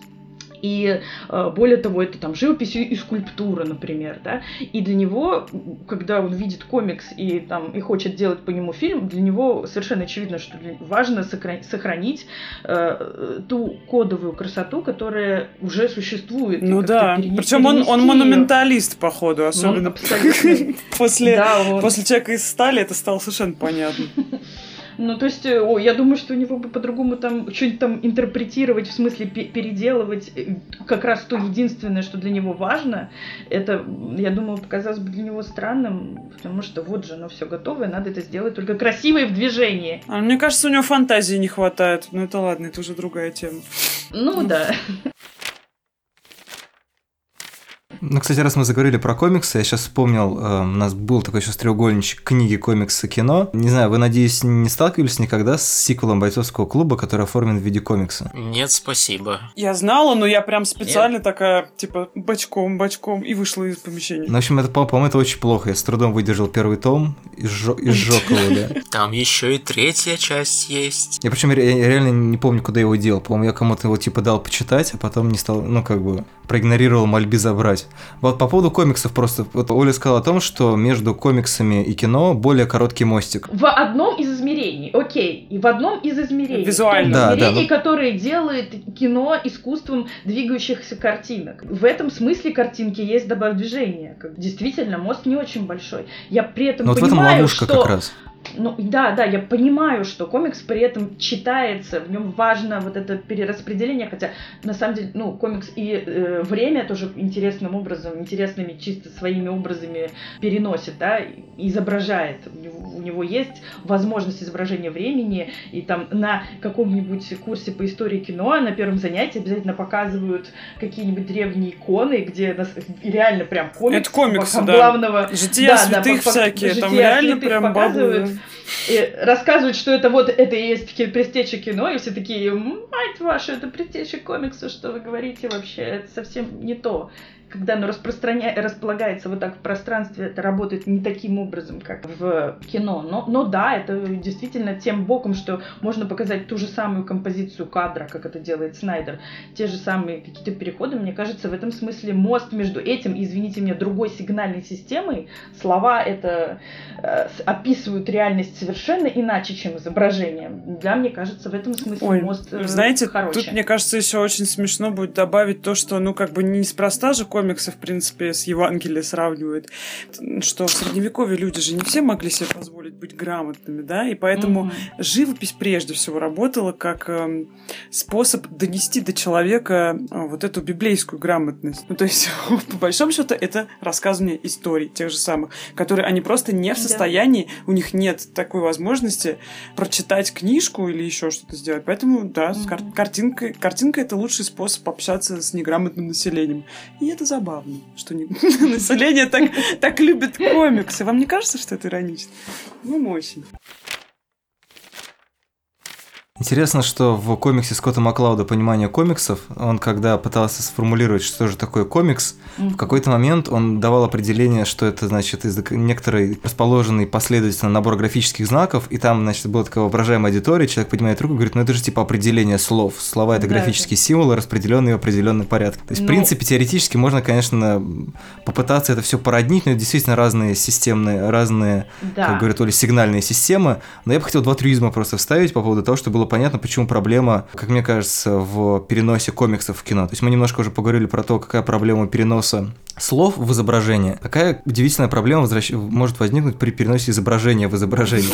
И э, более того, это там живопись и, и скульптура, например, да. И для него, когда он видит комикс и там и хочет делать по нему фильм, для него совершенно очевидно, что важно сохранить э, ту кодовую красоту, которая уже существует. Ну да. Причем он, он монументалист, походу, особенно ну, после, да, вот. После «Человека из стали» это стало совершенно понятно. Ну, то есть, о, я думаю, что у него бы по-другому там что-нибудь там интерпретировать, в смысле переделывать, как раз то единственное, что для него важно, это, я думаю, показалось бы для него странным, потому что вот же оно все готовое, надо это сделать только красиво и в движении. А мне кажется, у него фантазии не хватает. Ну, это ладно, это уже другая тема. Ну, да. Ну, кстати, раз мы заговорили про комиксы, я сейчас вспомнил, э, у нас был такой сейчас треугольничек книги, комиксы, кино. Не знаю, вы, надеюсь, не сталкивались никогда с сиквелом «Бойцовского клуба», который оформлен в виде комикса? Нет, спасибо. Я знала, но я прям специально Нет. такая, типа, бочком, бочком, и вышла из помещения. Ну, в общем, это, по-моему, это очень плохо. Я с трудом выдержал первый том и сжег его, да. Там еще и третья часть есть. Я причем реально не помню, куда я его делал. По-моему, я кому-то его, типа, дал почитать, а потом не стал, ну, как бы, проигнорировал мольбы забрать. Вот по поводу комиксов просто. Вот Оля сказала о том, что между комиксами и кино более короткий мостик. В одном из измерений, окей, и в одном из измерений. Визуально. В том да, измерении, да, но... которое делает кино искусством двигающихся картинок. В этом смысле картинки есть добавь движения. Действительно, мост не очень большой. Я при этом но понимаю, вот в этом ловушка что... как раз. Ну, да, да, я понимаю, что комикс при этом читается, в нем важно вот это перераспределение, хотя, на самом деле, ну, комикс и э, время тоже интересным образом, интересными чисто своими образами переносит, да, изображает. У него, у него есть возможность изображения времени, и там на каком-нибудь курсе по истории кино на первом занятии обязательно показывают какие-нибудь древние иконы, где нас, реально прям комикс. Это комиксы, да. Главного, жития да, святых да, всякие, жития там реально святых прям показывают. бабы. И рассказывают, что это вот это и есть предтеча кино, и все такие: мать ваша, это предтеча комикса, что вы говорите вообще, это совсем не то. Когда оно распространя... располагается вот так в пространстве, это работает не таким образом, как в кино. Но, но да, это действительно тем боком, что можно показать ту же самую композицию кадра, как это делает Снайдер, те же самые какие-то переходы. Мне кажется, в этом смысле мост между этим и, извините меня, другой сигнальной системой. Слова это э, описывают реальность совершенно иначе, чем изображение. Да, мне кажется, в этом смысле Ой, мост э, знаете, короче. Тут, мне кажется, еще очень смешно будет добавить то, что, ну, как бы неспроста же комиксы, в принципе, с Евангелием сравнивают, что в Средневековье люди же не все могли себе позволить быть грамотными, да, и поэтому mm-hmm. живопись прежде всего работала как э, способ донести до человека э, вот эту библейскую грамотность. Ну, то есть, по большому счету, это рассказывание историй тех же самых, которые они просто не в состоянии, yeah. у них нет такой возможности прочитать книжку или еще что-то сделать. Поэтому, да, mm-hmm. кар- картинка, картинка — это лучший способ общаться с неграмотным населением. И это забавно, что не... население так, так любит комиксы. Вам не кажется, что это иронично? Ну, очень. Интересно, что в комиксе Скотта Маклауда «Понимание комиксов», он когда пытался сформулировать, что же такое комикс, mm-hmm. в какой-то момент он давал определение, что это, значит, из некоторой расположенный последовательно набор графических знаков, и там, значит, была такая воображаемая аудитория, человек поднимает руку и говорит: ну это же типа определение слов. Слова — это да, графические это... символы, распределенные в определенный порядок. То есть, ну... в принципе, теоретически можно, конечно, попытаться это все породнить, но это действительно разные системные, разные, да. как говорят, то ли сигнальные системы. Но я бы хотел два трюизма просто вставить по поводу того, что было понятно, почему проблема, как мне кажется, в переносе комиксов в кино. То есть мы немножко уже поговорили про то, какая проблема переноса слов в изображение. Какая удивительная проблема возвращ... может возникнуть при переносе изображения в изображение.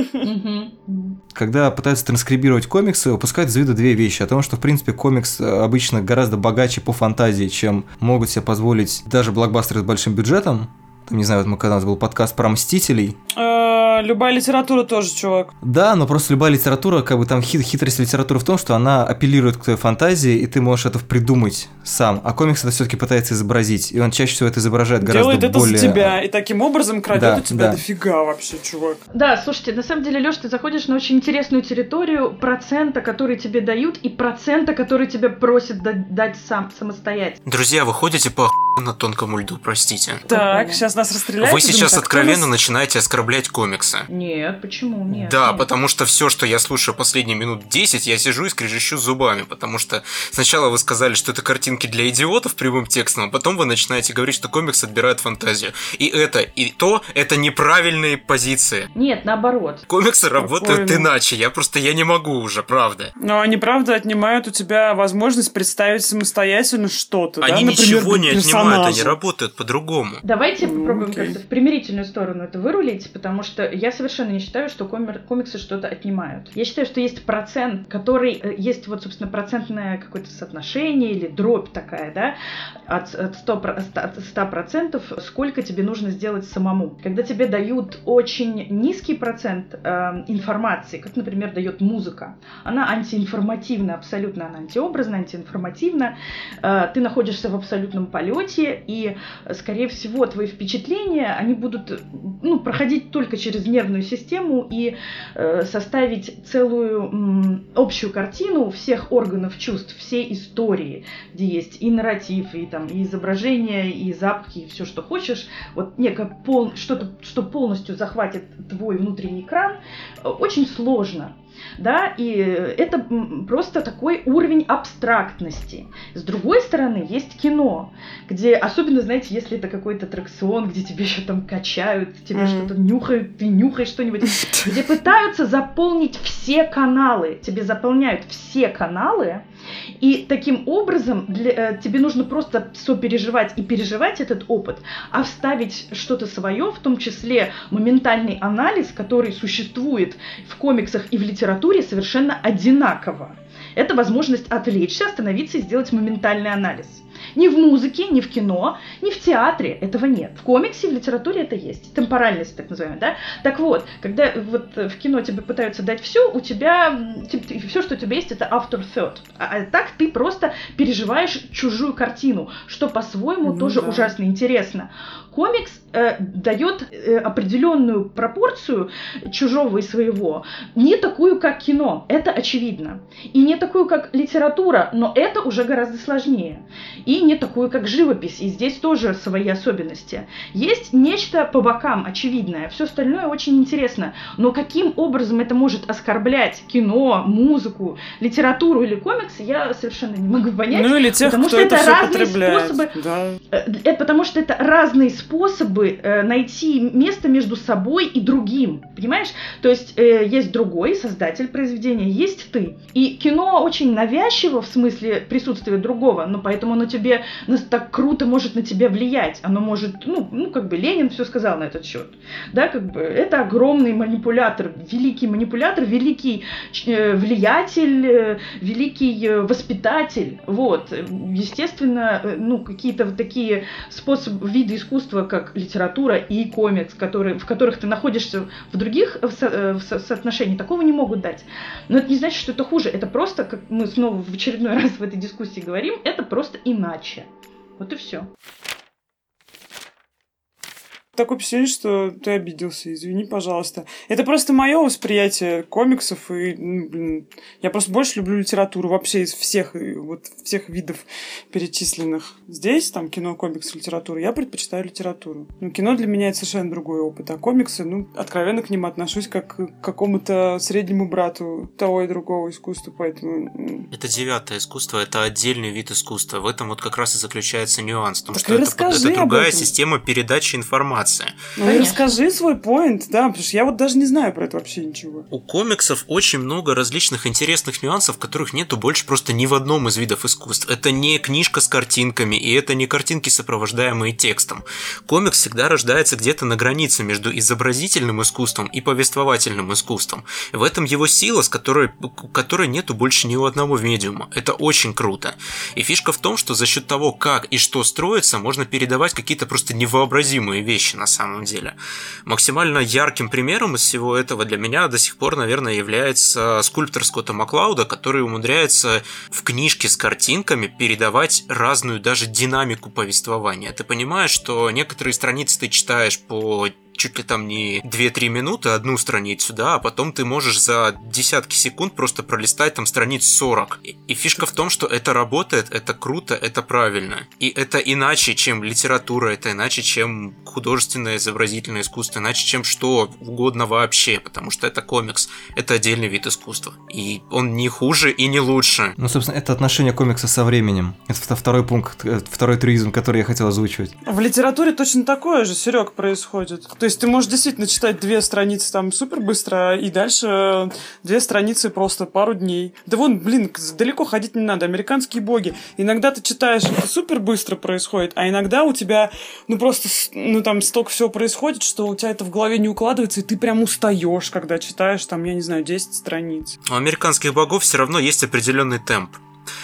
Когда пытаются транскрибировать комиксы, упускают из виду две вещи. О том, что, в принципе, комикс обычно гораздо богаче по фантазии, чем могут себе позволить даже блокбастеры с большим бюджетом. Там, не знаю, вот мы когда у нас был подкаст про «Мстителей». Любая литература тоже, чувак. Да, но просто любая литература, как бы там хит, хитрость литературы в том, что она апеллирует к твоей фантазии, и ты можешь это придумать сам. А комикс это все-таки пытается изобразить, и он чаще всего это изображает гораздо более... Делает это за тебя, и таким образом крадет да, у тебя да. дофига вообще, чувак. Да, слушайте, на самом деле, Лёш, ты заходишь на очень интересную территорию процента, который тебе дают, и процента, который тебе просят дать сам, самостоятельно. Друзья, вы ходите по на тонкому льду, простите. Так, сейчас нас расстреляют. Вы сейчас думаю, откровенно нас... начинаете оскорблять комиксы. Нет, почему? Нет. Да, нет. Потому что все, что я слушаю последние минут десять, я сижу и скрежещу зубами, потому что сначала вы сказали, что это картинки для идиотов прямым текстом, а потом вы начинаете говорить, что комикс отбирает фантазию. И это, и то, это неправильные позиции. Нет, наоборот. Комиксы работают иначе, я просто, я не могу уже, правда. Но они, правда, отнимают у тебя возможность представить самостоятельно что-то. Они да? ничего Например, не отнимают. Они работают по-другому. Давайте mm, попробуем okay. как-то в примирительную сторону это вырулить, потому что я совершенно не считаю, что комер- комиксы что-то отнимают. Я считаю, что есть процент, который... Есть вот, собственно, процентное какое-то соотношение или дробь такая, да, от, от, сто, от ста процентов, сколько тебе нужно сделать самому. Когда тебе дают очень низкий процент э, информации, как, например, дает музыка, она антиинформативна, абсолютно она антиобразна, антиинформативна, э, ты находишься в абсолютном полете, и, скорее всего, твои впечатления, они будут ну, проходить только через нервную систему и э, составить целую м, общую картину всех органов чувств, всей истории, где есть и нарратив, и, там, и изображение, и запахи, и все, что хочешь. Вот некое пол... что-то, что полностью захватит твой внутренний экран, очень сложно. Да, и это просто такой уровень абстрактности. С другой стороны, есть кино, где, особенно, знаете, если это какой-то аттракцион, где тебе еще там качают, тебе mm-hmm. что-то нюхают, ты нюхаешь что-нибудь, где пытаются заполнить все каналы, тебе заполняют все каналы, И таким образом для, э, тебе нужно просто сопереживать и переживать этот опыт, а вставить что-то свое, в том числе моментальный анализ, который существует в комиксах и в литературе совершенно одинаково. Это возможность отвлечься, остановиться и сделать моментальный анализ. Ни в музыке, ни в кино, ни в театре этого нет. В комиксе, в литературе это есть. Темпоральность, так называемая, да? Так вот, когда вот в кино тебе пытаются дать все, у тебя, все, что у тебя есть, это afterthought. А, а так ты просто переживаешь чужую картину, что по-своему ну, тоже да. ужасно интересно. Комикс э, дает э, определенную пропорцию чужого и своего, не такую, как кино, это очевидно. И не такую, как литература, но это уже гораздо сложнее. И не такую, как живопись, и здесь тоже свои особенности. Есть нечто по бокам очевидное, все остальное очень интересно. Но каким образом это может оскорблять кино, музыку, литературу или комиксы, я совершенно не могу понять. Ну или тех, потому кто что это, это все разные потребляет. способы, да. это, потому что это разные способы э, найти место между собой и другим, понимаешь? То есть э, есть другой создатель произведения, есть ты. И кино очень навязчиво в смысле присутствия другого, но поэтому оно тебе так круто может на тебя влиять. Оно может, ну, ну как бы Ленин все сказал на этот счет. Да, как бы это огромный манипулятор, великий манипулятор, великий э, влиятель, э, великий э, воспитатель. Вот. Естественно, э, ну, какие-то вот такие способы, виды искусства, как литература и комикс, которые, в которых ты находишься в других в со, в со, соотношениях, такого не могут дать. Но это не значит, что это хуже. Это просто, как мы снова в очередной раз в этой дискуссии говорим, это просто иначе. Вот и все. Такое впечатление, что ты обиделся, извини, пожалуйста. Это просто мое восприятие комиксов, и, ну, блин, я просто больше люблю литературу вообще из всех, вот, всех видов перечисленных. Здесь, там, кино, комикс, литература, я предпочитаю литературу. Ну, кино для меня это совершенно другой опыт, а комиксы, ну, откровенно к ним отношусь как к какому-то среднему брату того и другого искусства, поэтому... Это девятое искусство, это отдельный вид искусства. В этом вот как раз и заключается нюанс, потому так что это, это другая этом. система передачи информации. Ну и расскажи свой поинт, да, потому что я вот даже не знаю про это вообще ничего. У комиксов очень много различных интересных нюансов, которых нету больше просто ни в одном из видов искусств. Это не книжка с картинками, и это не картинки, сопровождаемые текстом. Комикс всегда рождается где-то на границе между изобразительным искусством и повествовательным искусством. В этом его сила, с которой, которой нету больше ни у одного медиума. Это очень круто. И фишка в том, что за счет того, как и что строится, можно передавать какие-то просто невообразимые вещи на самом деле. Максимально ярким примером из всего этого для меня до сих пор, наверное, является скульптор Скотта Маклауда, который умудряется в книжке с картинками передавать разную даже динамику повествования. Ты понимаешь, что некоторые страницы ты читаешь по чуть ли там не две-три минуты одну страницу, да, а потом ты можешь за десятки секунд просто пролистать там страниц сорок. И, и фишка в том, что это работает, это круто, это правильно. И это иначе, чем литература, это иначе, чем художественное изобразительное искусство, иначе, чем что угодно вообще, потому что это комикс, это отдельный вид искусства. И он не хуже и не лучше. Ну, собственно, это отношение комикса со временем. Это второй пункт, второй тризм, который я хотел озвучивать. В литературе точно такое же, Серег, происходит. То есть ты можешь действительно читать две страницы там супер быстро, и дальше две страницы просто пару дней. Да вон, блин, далеко ходить не надо. Американские боги. Иногда ты читаешь, это супер быстро происходит, а иногда у тебя, ну просто, ну там столько всего происходит, что у тебя это в голове не укладывается, и ты прям устаешь, когда читаешь там, я не знаю, десять страниц. У американских богов все равно есть определенный темп.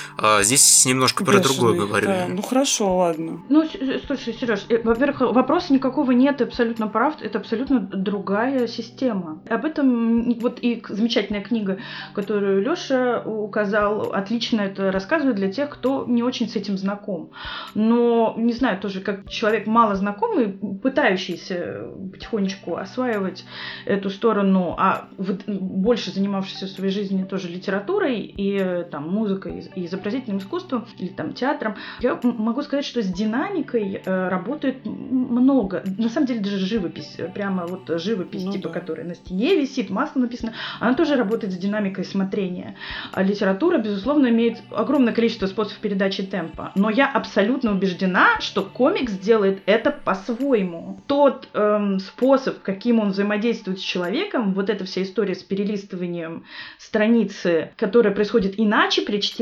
А здесь немножко про Бешеный, другое говорю. Да. Ну хорошо, ладно. Ну, слушай, Сереж, во-первых, вопроса никакого нет, ты абсолютно прав, это абсолютно другая система. Об этом вот и замечательная книга, которую Лёша указал, отлично это рассказывает для тех, кто не очень с этим знаком. Но, не знаю, тоже как человек мало знакомый, пытающийся потихонечку осваивать эту сторону, а больше занимавшийся в своей жизни тоже литературой и там музыкой, и изобразительным искусством или там театром, я могу сказать, что с динамикой э, работает много. На самом деле даже живопись, прямо вот живопись, ну, типа, да. которая на стене висит, масло написано, она тоже работает с динамикой смотрения. А литература, безусловно, имеет огромное количество способов передачи темпа. Но я абсолютно убеждена, что комикс делает это по-своему. Тот эм, способ, каким он взаимодействует с человеком, вот эта вся история с перелистыванием страницы, которая происходит иначе при чтении текста,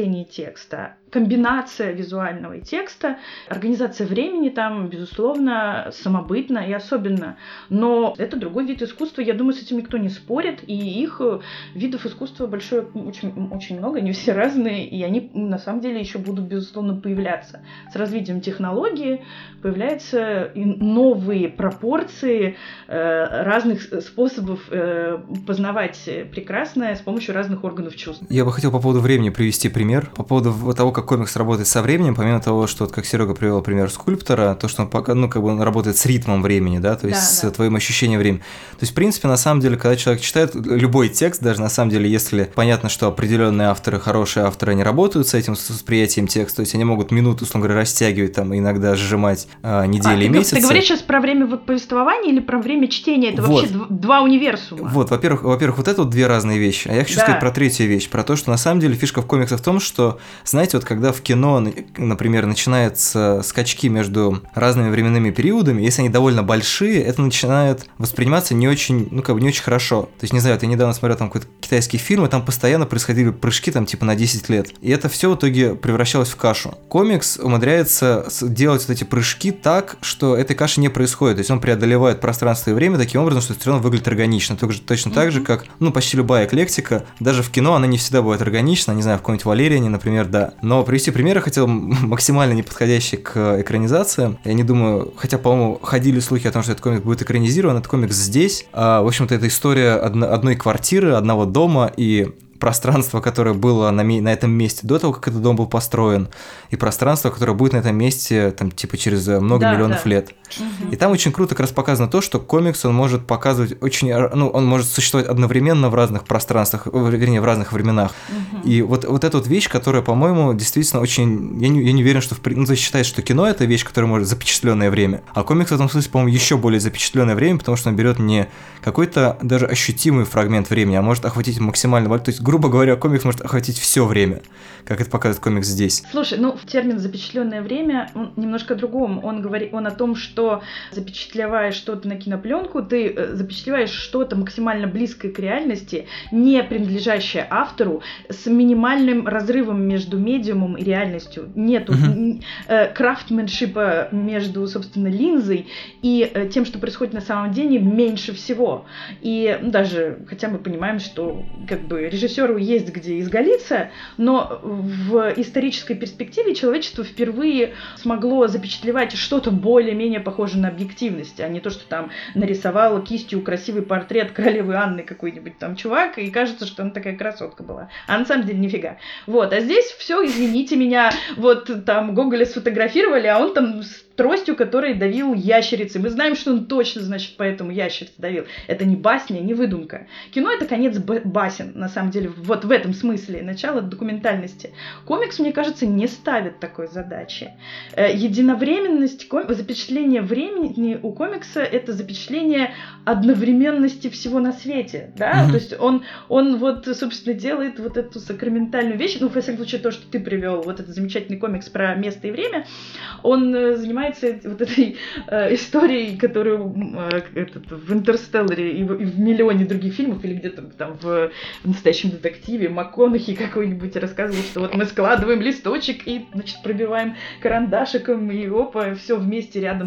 текста, комбинация визуального и текста, организация времени там, безусловно, самобытна и особенно. Но это другой вид искусства, я думаю, с этим никто не спорит, и их видов искусства большое, очень, очень много, они все разные, и они на самом деле еще будут, безусловно, появляться. С развитием технологии появляются и новые пропорции э, разных способов э, познавать прекрасное с помощью разных органов чувств. Я бы хотел по поводу времени привести пример. По поводу того, как комикс работает со временем, помимо того, что, вот, как Серега привел пример скульптора, то, что он, пока, ну, как бы он работает с ритмом времени, да, то есть да, с да. твоим ощущением времени. То есть, в принципе, на самом деле, когда человек читает любой текст, даже на самом деле, если понятно, что определенные авторы, хорошие авторы, они работают с этим, с восприятием текста, то есть они могут минуту, условно говоря, растягивать, там, иногда сжимать а, недели а, и месяцы. Ты говоришь сейчас про время повествования или про время чтения? Это вот. вообще два универсума. Вот, во-первых, во-первых, вот это вот две разные вещи. А я хочу да. сказать про третью вещь, про то, что на самом деле фишка в комиксах в том, что, знаете, вот когда в кино, например, начинаются скачки между разными временными периодами, если они довольно большие, это начинает восприниматься не очень, ну, как бы не очень хорошо. То есть, не знаю, я недавно смотрел там какой-то китайский фильм, и там постоянно происходили прыжки там типа на десять лет. И это все в итоге превращалось в кашу. Комикс умудряется делать вот эти прыжки так, что этой каши не происходит. То есть он преодолевает пространство и время таким образом, что все равно выглядит органично. Точно так же, как, ну, почти любая эклектика, даже в кино она не всегда бывает органична, не знаю, в каком-нибудь Валериане, например, да. Но привести примеры хотел максимально не подходящие к экранизации. Я не думаю, хотя, по-моему, ходили слухи о том, что этот комикс будет экранизирован, этот комикс здесь. А, в общем-то, это история одно, одной квартиры, одного дома и пространство, которое было на, на этом месте до того, как этот дом был построен, и пространство, которое будет на этом месте, там, типа, через много да, миллионов да. лет. Угу. И там очень круто как раз показано то, что комикс, он может показывать очень, ну, он может существовать одновременно в разных пространствах, вернее, в разных временах. Угу. И вот, вот эта вот вещь, которая, по-моему, действительно очень, я не, я не уверен, что, в, ну, то есть считается, что кино — это вещь, которая может запечатленное время, а комикс в этом смысле, по-моему, еще более запечатленное время, потому что он берет не какой-то даже ощутимый фрагмент времени, а может охватить максимально, то есть, грубо говоря, комикс может охватить все время, как это показывает комикс здесь. Слушай, ну, термин «запечатленное время», он немножко о другом. Он говорит, он о том, что запечатлевая что-то на кинопленку, ты запечатлеваешь что-то максимально близкое к реальности, не принадлежащее автору, с минимальным разрывом между медиумом и реальностью. Нету uh-huh. э, крафтменшипа между, собственно, линзой и э, тем, что происходит на самом деле, меньше всего. И ну, даже, хотя мы понимаем, что как бы режиссеру есть где изгалиться, но в исторической перспективе человечество впервые смогло запечатлевать что-то более-менее похожее на объективность, а не то, что там нарисовал кистью красивый портрет королевы Анны какой-нибудь там чувак, и кажется, что она такая красотка была. А на самом деле нифига. Вот, а здесь все, извините меня, вот там Гоголя сфотографировали, а он там с тростью, которой давил ящерицы. Мы знаем, что он точно, значит, поэтому ящерицы давил. Это не басня, не выдумка. Кино — это конец басен, на самом деле, вот в этом смысле, начало документальности. Комикс, мне кажется, не ставит такой задачи. Единовременность, запечатление времени у комикса — это запечатление одновременности всего на свете, да, mm-hmm. то есть он, он вот, собственно, делает вот эту сакраментальную вещь, ну, во всяком случае, то, что ты привел, вот этот замечательный комикс про место и время, он занимается вот этой э, историей, которую э, этот, в «Интерстелларе» и в, и в миллионе других фильмов, или где-то там в, в «Настоящем детективе» МакКонахи какой-нибудь рассказывал, что вот мы складываем листочек и, значит, пробиваем карандашиком, и опа, все вместе рядом.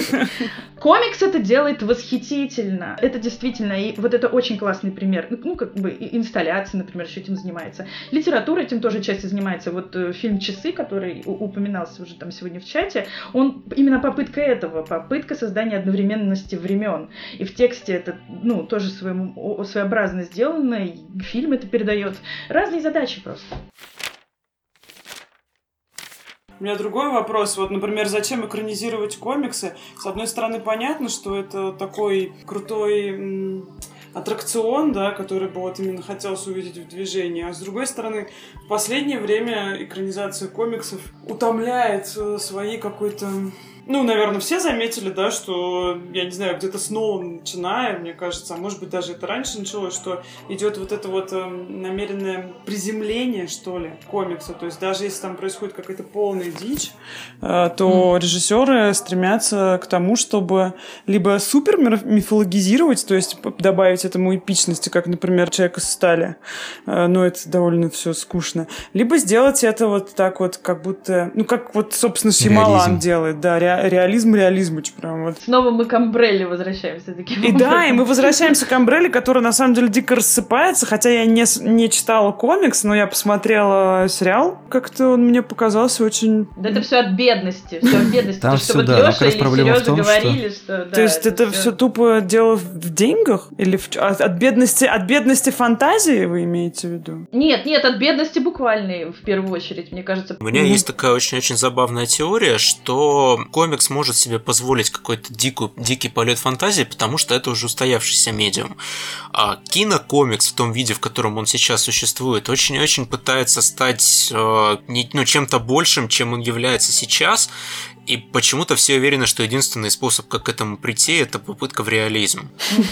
Комикс это делает восхитительно. Это действительно, и вот это очень классный пример. Ну, как бы инсталляция, например, еще этим занимается. Литература этим тоже часто занимается. Вот фильм «Часы», который упоминался уже там сегодня в чате, он именно попытка этого, попытка создания одновременности времен. И в тексте это, ну, тоже своему, своеобразно сделано, и фильм это передает. Разные задачи просто. У меня другой вопрос. Вот, например, зачем экранизировать комиксы? С одной стороны, понятно, что это такой крутой м- аттракцион, да, который бы вот именно хотелось увидеть в движении. А с другой стороны, в последнее время экранизация комиксов утомляет своей какой-то ну, наверное, все заметили, да, что, я не знаю, где-то с новым начиная, мне кажется, а может быть, даже это раньше началось, что идет вот это вот э, намеренное приземление, что ли, комикса. То есть даже если там происходит какая-то полная дичь, э, то mm. режиссеры стремятся к тому, чтобы либо супер мифологизировать, то есть добавить этому эпичности, как, например, «Человек из стали», э, но это довольно все скучно, либо сделать это вот так вот, как будто, ну, как вот, собственно, Шьямалан делает, да, ре, реализм реализмыч прям вот. Снова мы к Амбрелле возвращаемся таким И образом. да, и мы возвращаемся к Амбрелле, которая на самом деле дико рассыпается, хотя я не, не читала комикс, но я посмотрела сериал, как-то он мне показался очень... Да это все от бедности, все от бедности. Там То, что все, вот да, Лёша или Серёжа том, говорили, что... что... Да, То есть это, это всё... все тупо дело в деньгах? Или в... от, от, бедности, от бедности фантазии вы имеете в виду? Нет, нет, от бедности буквальной, в первую очередь, мне кажется. У меня mm-hmm. есть такая очень-очень забавная теория, что комикс может себе позволить какой-то дикий, дикий полет фантазии, потому что это уже устоявшийся медиум. А кинокомикс в том виде, в котором он сейчас существует, очень-очень пытается стать э, не, ну, чем-то большим, чем он является сейчас. И почему-то все уверены, что единственный способ, как к этому прийти, это попытка в реализм.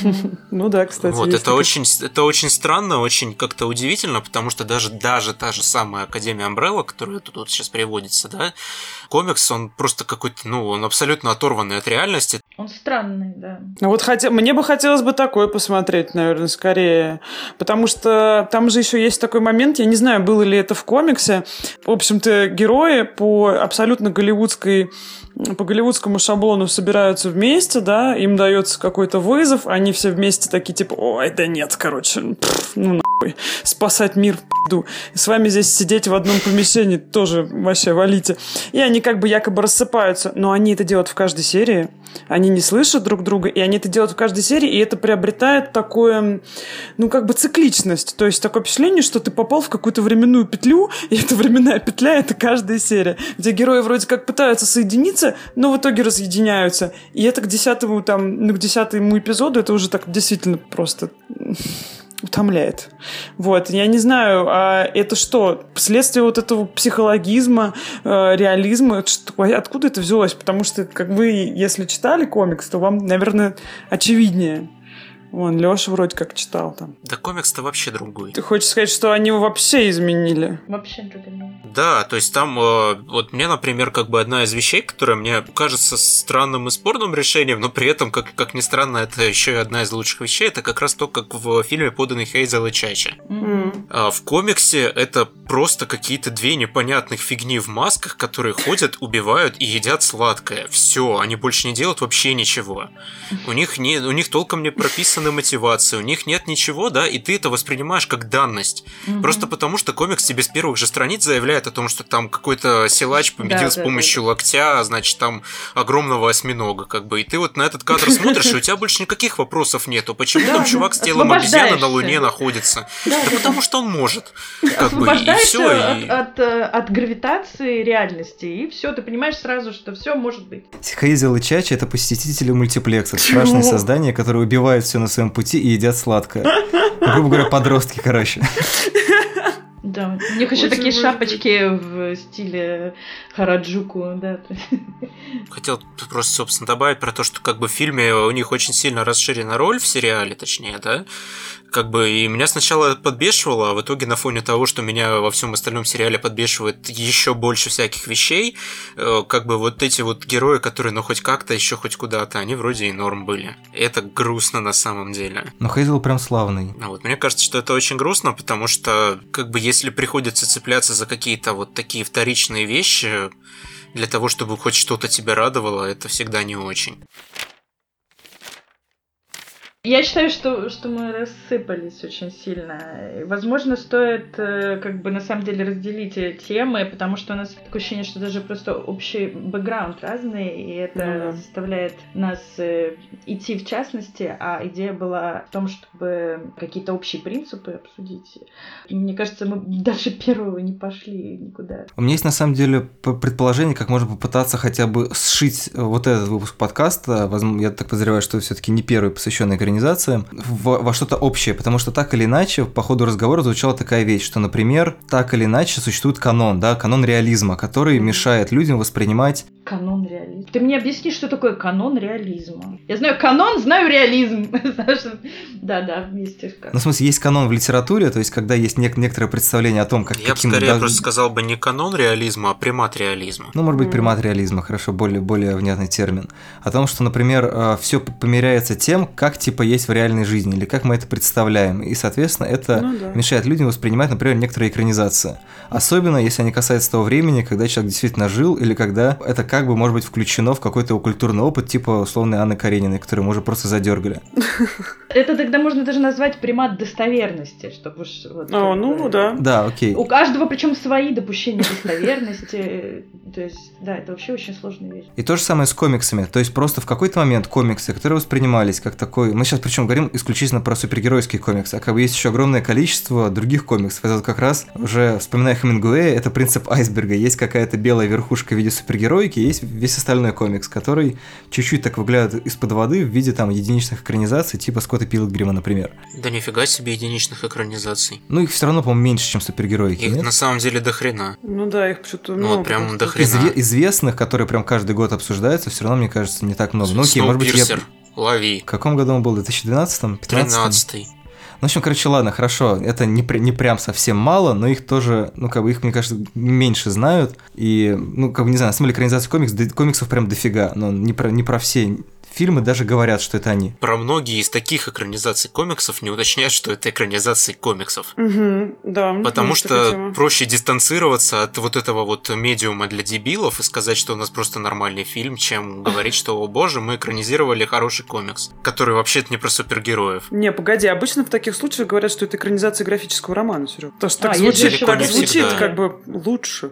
Ну да, кстати. Вот, это очень, это очень странно, очень как-то удивительно, потому что даже, даже та же самая Академия Umbrella, которая тут вот сейчас приводится, да, комикс, он просто какой-то, ну, он абсолютно оторванный от реальности. Он странный, да. Ну вот хотя... мне бы хотелось бы такое посмотреть, наверное, скорее. Потому что там же еще есть такой момент, я не знаю, было ли это в комиксе. В общем-то, герои по абсолютно голливудской по голливудскому шаблону собираются вместе, да, им дается какой-то вызов, они все вместе такие, типа, ой, да нет, короче, пфф, ну нахуй, спасать мир в пизду. С вами здесь сидеть в одном помещении тоже вообще валите. И они как бы якобы рассыпаются, но они это делают в каждой серии, они не слышат друг друга, и они это делают в каждой серии, и это приобретает такое, ну, как бы цикличность, то есть такое впечатление, что ты попал в какую-то временную петлю, и эта временная петля — это каждая серия, где герои вроде как пытаются соединиться, но в итоге разъединяются. И это к десятому, там, ну, к десятому эпизоду это уже так действительно просто утомляет. Вот, я не знаю, а это что, следствие вот этого психологизма, э, реализма, что, откуда это взялось? Потому что, как вы, если читали комикс, то вам, наверное, очевиднее. Вон, Лёша вроде как читал там. Да комикс-то вообще другой. Ты хочешь сказать, что они его вообще изменили? Вообще другой. Да, то есть там, э, вот мне, например, как бы одна из вещей, которая мне кажется странным и спорным решением, но при этом, как, как ни странно, это еще и одна из лучших вещей, это как раз то, как в фильме поданы Хейзел и Чача. Mm-hmm. А в комиксе это просто какие-то две непонятных фигни в масках, которые ходят, убивают и едят сладкое. Все, они больше не делают вообще ничего. У них, не, у них толком не прописаны мотивации, у них нет ничего, да, и ты это воспринимаешь как данность. Mm-hmm. Просто потому, что комикс тебе с первых же страниц заявляет о том, что там какой-то силач победил да, с да, помощью да. локтя, значит, там огромного осьминога, как бы. И ты вот на этот кадр смотришь, и у тебя больше никаких вопросов нету. Почему там чувак с телом обезьяны на Луне находится? Да потому что он может. Освобождаешься от гравитации реальности, и все, ты понимаешь сразу, что все может быть. Хейзел и Чача — это посетители мультиплекса, страшные создания, которые убивают все на своем пути и едят сладкое. Ну, грубо говоря, подростки, короче. Да, у них еще такие шапочки в стиле Хараджуку, да. Хотел просто, собственно, добавить про то, что как бы в фильме у них очень сильно расширена роль, в сериале, точнее, да, как бы, и меня сначала подбешивало, а в итоге на фоне того, что меня во всем остальном сериале подбешивает еще больше всяких вещей, как бы вот эти вот герои, которые, ну, хоть как-то, еще хоть куда-то, они вроде и норм были. И это грустно на самом деле. Но Хейзел прям славный. А вот мне кажется, что это очень грустно, потому что, как бы, если приходится цепляться за какие-то вот такие вторичные вещи для того, чтобы хоть что-то тебя радовало, это всегда не очень. Я считаю, что, что мы рассыпались очень сильно. Возможно, стоит как бы на самом деле разделить темы, потому что у нас такое ощущение, что даже просто общий бэкграунд разный, и это mm-hmm. заставляет нас идти в частности, а идея была в том, чтобы какие-то общие принципы обсудить. И мне кажется, мы дальше первого не пошли никуда. У меня есть на самом деле предположение, как можно попытаться хотя бы сшить вот этот выпуск подкаста. Я так подозреваю, что все-таки не первый, посвященный экранизации экранизациям в, во что-то общее, потому что так или иначе по ходу разговора звучала такая вещь, что, например, так или иначе существует канон, да, канон реализма, который мешает людям воспринимать... Канон реализма. Ты мне объясни, что такое канон реализма. Я знаю канон, знаю реализм. Да-да, вместе. Ну, в смысле, есть канон в литературе, то есть, когда есть нек- некоторое представление о том, как... Я бы скорее даже... просто сказал бы не канон реализма, а примат реализма. Ну, может быть, примат реализма, хорошо, более, более внятный термин. О том, что, например, все померяется тем, как, типа, есть в реальной жизни, или как мы это представляем. И, соответственно, это ну, да. мешает людям воспринимать, например, некоторые экранизации. Особенно, если они касаются того времени, когда человек действительно жил, или когда это как бы может быть включено в какой-то его культурный опыт, типа условной Анны Карениной, которую мы уже просто задергали. Это тогда можно даже назвать примат достоверности, чтобы уж... Вот, О, ну бы... да. Да, окей. У каждого причем свои допущения достоверности. То есть, да, это вообще очень сложная вещь. И то же самое с комиксами. То есть просто в какой-то момент комиксы, которые воспринимались как такой... Мы сейчас причем говорим исключительно про супергеройские комиксы, а как бы есть еще огромное количество других комиксов. Это как раз, уже вспоминая Хемингуэя, это принцип айсберга. Есть какая-то белая верхушка в виде супергероики, есть весь остальной комикс, который чуть-чуть так выглядит из-под воды в виде там единичных экранизаций, типа Скотта Пилгрима, например. Да нифига себе единичных экранизаций. Ну, их все равно, по-моему, меньше, чем супергероики. Их нет? на самом деле до хрена. Ну да, их почему-то ну, много. Вот прям до хрена. Изве- известных, которые прям каждый год обсуждаются, все равно, мне кажется, не так много. Ну, окей, может быть, я... лови. В каком году он был? В две тысячи двенадцатом? пятнадцатом? тринадцатый. Ну, в общем, короче, ладно, хорошо, это не, не прям совсем мало, но их тоже, ну, как бы, их, мне кажется, меньше знают, и, ну, как бы, не знаю, на самом деле, экранизация комикс, комиксов прям дофига, но не про, не про все фильмы даже говорят, что это они. Про многие из таких экранизаций комиксов не уточняют, что это экранизации комиксов. Угу, да. Потому что проще дистанцироваться от вот этого вот медиума для дебилов и сказать, что у нас просто нормальный фильм, чем говорить, что, о боже, мы экранизировали хороший комикс, который вообще-то не про супергероев. Не, погоди, обычно в таких случаях говорят, что это экранизация графического романа, Серёг. Потому что так а, звучит, так звучит как бы лучше.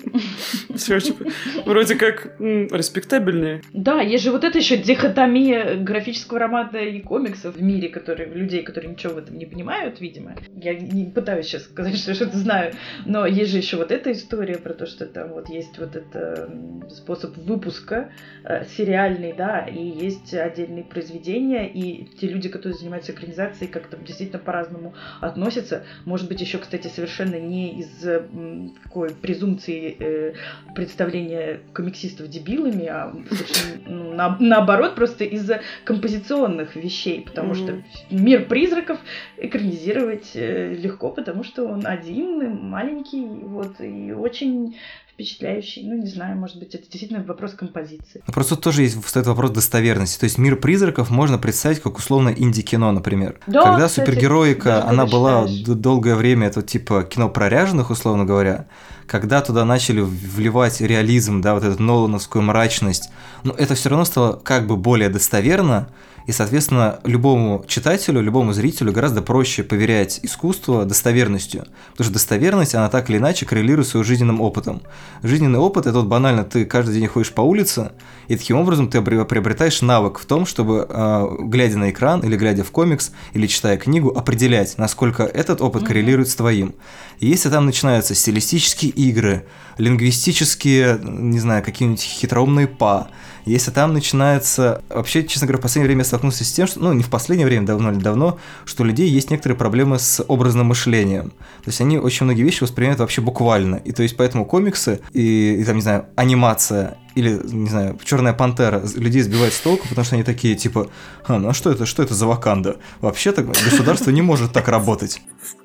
Вроде как респектабельнее. Да, есть же вот это еще дихотомия графического романа и комиксов в мире, которые, людей, которые ничего в этом не понимают, видимо. Я не пытаюсь сейчас сказать, что я что-то знаю, но есть же еще вот эта история про то, что там вот есть вот этот способ выпуска э, сериальный, да, и есть отдельные произведения, и те люди, которые занимаются экранизацией, как-то действительно по-разному относятся. Может быть, еще, кстати, совершенно не из м, такой презумпции э, представления комиксистов дебилами, а ну, на, наоборот, просто из-за композиционных вещей, потому mm-hmm. что мир призраков экранизировать э, легко, потому что он один, маленький, вот, и очень впечатляющий. Ну, не знаю, может быть, это действительно вопрос композиции. Но просто тут тоже есть встает вопрос достоверности. То есть мир призраков можно представить как условно инди-кино, например. Да, когда кстати, супергероика, да, она была считаешь. долгое время, это типа кино про ряженых, условно говоря, когда туда начали вливать реализм, да, вот эту нолановскую мрачность, но это все равно стало как бы более достоверно, и, соответственно, любому читателю, любому зрителю гораздо проще поверять искусству достоверностью, потому что достоверность, она так или иначе коррелирует с своим жизненным опытом. Жизненный опыт – это вот банально, ты каждый день ходишь по улице, и таким образом ты приобретаешь навык в том, чтобы, глядя на экран, или глядя в комикс, или читая книгу, определять, насколько этот опыт коррелирует с твоим. И если там начинаются стилистические игры, лингвистические, не знаю, какие-нибудь хитроумные па, если там начинается... Вообще, честно говоря, в последнее время я столкнулся с тем, что... Ну, не в последнее время, давно или давно, что у людей есть некоторые проблемы с образным мышлением. То есть они очень многие вещи воспринимают вообще буквально. И то есть поэтому комиксы и, и там, не знаю, анимация или, не знаю, «Черная пантера» людей сбивает с толку, потому что они такие, типа, а, ну а что это, что это за Ваканда? Вообще-то государство не может так работать.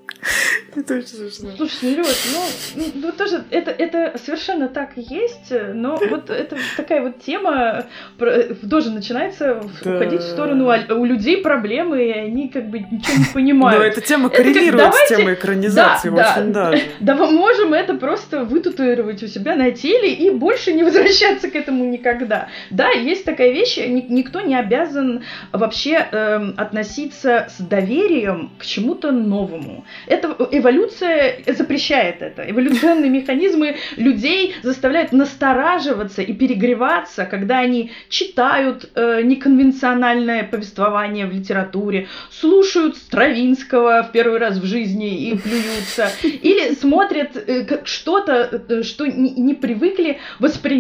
Это очень смешно. Слушай, Лёш, ну, ну тоже это, это совершенно так и есть, но вот это такая вот тема тоже начинается да. уходить в сторону, а у людей проблемы, и они как бы ничего не понимают. Но эта тема коррелирует это, давайте, с темой экранизации да, очень да, даже. Да, мы можем это просто вытатуировать у себя на теле и больше не возвращаться к этому никогда. Да, есть такая вещь, никто не обязан вообще э, относиться с доверием к чему-то новому. Это эволюция запрещает это. Эволюционные механизмы людей заставляют настораживаться и перегреваться, когда они читают э, неконвенциональное повествование в литературе, слушают Стравинского в первый раз в жизни и плюются, или смотрят э, что-то, что не, не привыкли воспринимать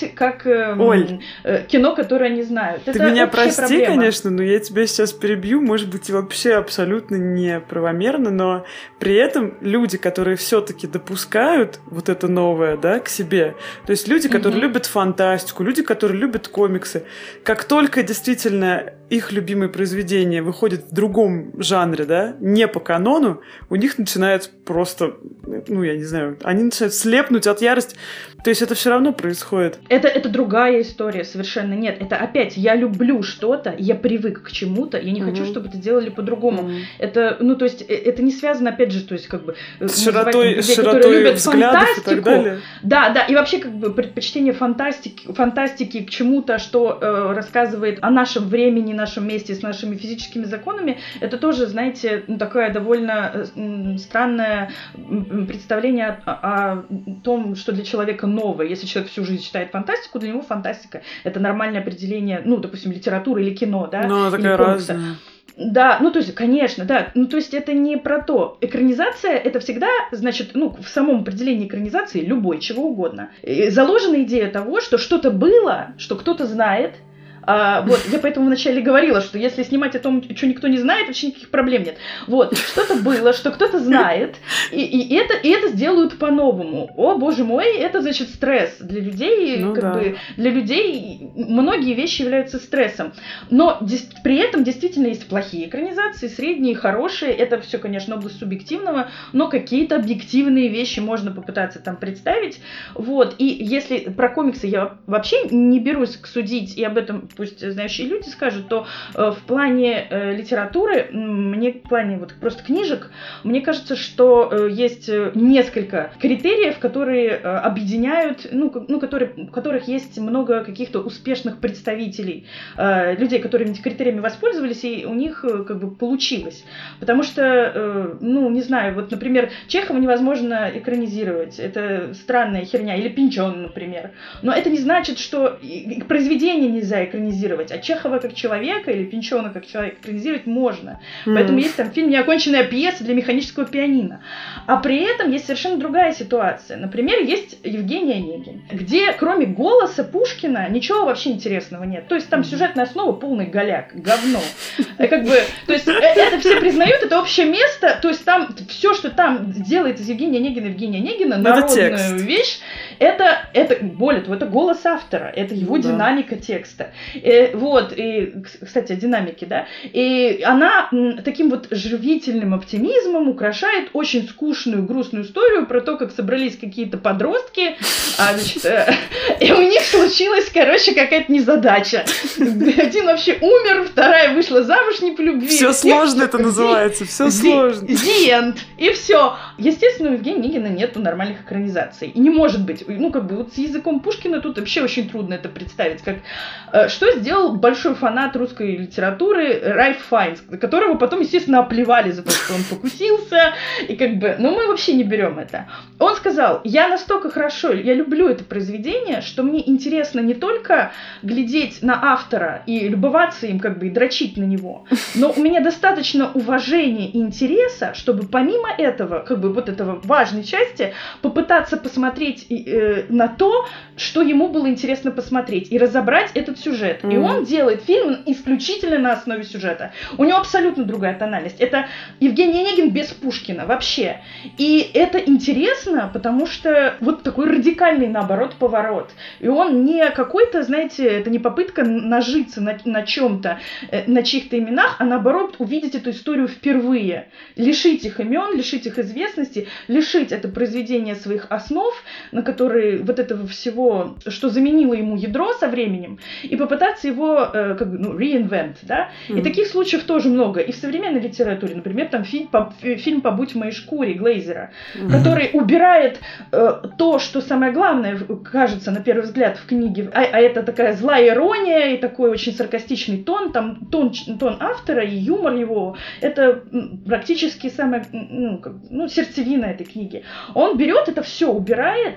воспринимать как э, Оль, э, кино, которое они знают. Ты Это меня общая прости, проблема. конечно, но я тебя сейчас перебью, может быть, и вообще абсолютно неправомерно, но при этом люди, которые все-таки допускают вот это новое, да, к себе, то есть люди, которые mm-hmm. любят фантастику, люди, которые любят комиксы, как только действительно их любимые произведения выходят в другом жанре, да, не по канону, у них начинает просто, ну, я не знаю, они начинают слепнуть от ярости. То есть это все равно происходит. Это, это другая история, совершенно нет. Это опять, я люблю что-то, я привык к чему-то, я не mm-hmm. хочу, чтобы это делали по-другому. Mm-hmm. Это, ну, то есть, это не связано, опять же, то есть, как бы... С широтой, людей, широтой любят взглядов и так далее. Да, да, и вообще, как бы, предпочтение фантастики, фантастики к чему-то, что э, рассказывает о нашем времени, нашем месте, с нашими физическими законами, это тоже, знаете, ну, такое довольно э, странное представление о, о том, что для человека новое. Если человек всю жизнь читает фантастику, для него фантастика — это нормальное определение, ну, допустим, литературы или кино, да? Ну, она такая разная. Да, ну, то есть, конечно, да, ну, то есть, это не про то. Экранизация — это всегда, значит, ну, в самом определении экранизации любой, чего угодно. И заложена идея того, что что-то было, что кто-то знает. А, вот, я поэтому вначале говорила, что если снимать о том, что никто не знает, вообще никаких проблем нет. Вот, что-то было, что кто-то знает, и, и, это, и это сделают по-новому. О, боже мой, это, значит, стресс для людей, ну, как да. бы, для людей многие вещи являются стрессом. Но дес- при этом действительно есть плохие экранизации, средние, хорошие, это все, конечно, область субъективного, но какие-то объективные вещи можно попытаться там представить. Вот, и если про комиксы я вообще не берусь судить, и об этом пусть знающие люди скажут, то э, в плане э, литературы, мне в плане вот просто книжек, мне кажется, что э, есть несколько критериев, которые э, объединяют, ну, ну которые, у которых есть много каких-то успешных представителей, э, людей, которые этими критериями воспользовались, и у них э, как бы получилось. Потому что, э, ну, не знаю, вот, например, Чехова невозможно экранизировать, это странная херня, или Пинчона, например. Но это не значит, что произведение нельзя экранизировать, а Чехова как человека или Пинчона как человека экранизировать можно. Mm. Поэтому есть там фильм «Неоконченная пьеса для механического пианино». А при этом есть совершенно другая ситуация. Например, есть Евгений Онегин, где кроме голоса Пушкина ничего вообще интересного нет. То есть там сюжетная основа полный голяк, говно. Как бы, то есть это все признают, это общее место, то есть там все, что там делает из Евгения Онегина Евгения Онегина, народную вещь, это, это, более того, это голос автора, это его да. динамика текста. И, вот, и, кстати, о динамике, да, и она таким вот живительным оптимизмом украшает очень скучную, грустную историю про то, как собрались какие-то подростки, а, значит, э, и у них случилась, короче, какая-то незадача. Один вообще умер, вторая вышла замуж не по любви. Все сложно это называется, все сложно. The end. И все. Естественно, у Евгения Онегина нету нормальных экранизаций. И не может быть. Ну, как бы, вот с языком Пушкина тут вообще очень трудно это представить, как что сделал большой фанат русской литературы Ральф Файнс, которого потом, естественно, оплевали за то, что он покусился, и как бы, ну мы вообще не берем это. Он сказал: я настолько хорошо, я люблю это произведение, что мне интересно не только глядеть на автора и любоваться им, как бы, и дрочить на него, но у меня достаточно уважения и интереса, чтобы помимо этого, как бы, вот этого важной части, попытаться посмотреть э, на то, что ему было интересно посмотреть, и разобрать этот сюжет. Mm-hmm. И он делает фильм исключительно на основе сюжета. У него абсолютно другая тональность. Это Евгений Онегин без Пушкина вообще. И это интересно, потому что вот такой радикальный, наоборот, поворот. И он не какой-то, знаете, это не попытка нажиться на, на чем-то, на чьих-то именах, а наоборот увидеть эту историю впервые. Лишить их имен, лишить их известности, лишить это произведение своих основ, на которые вот этого всего, что заменило ему ядро со временем, и попытаться его э, как бы, ну, reinvent, да. Mm-hmm. И таких случаев тоже много. И в современной литературе, например, там фильм, по, фильм «Побудь в моей шкуре» Глейзера, mm-hmm. который убирает э, то, что самое главное, кажется, на первый взгляд в книге, а, а это такая злая ирония и такой очень саркастичный тон, там тон, тон автора и юмор его, это практически самая, ну, как, ну, сердцевина этой книги. Он берет это все, убирает,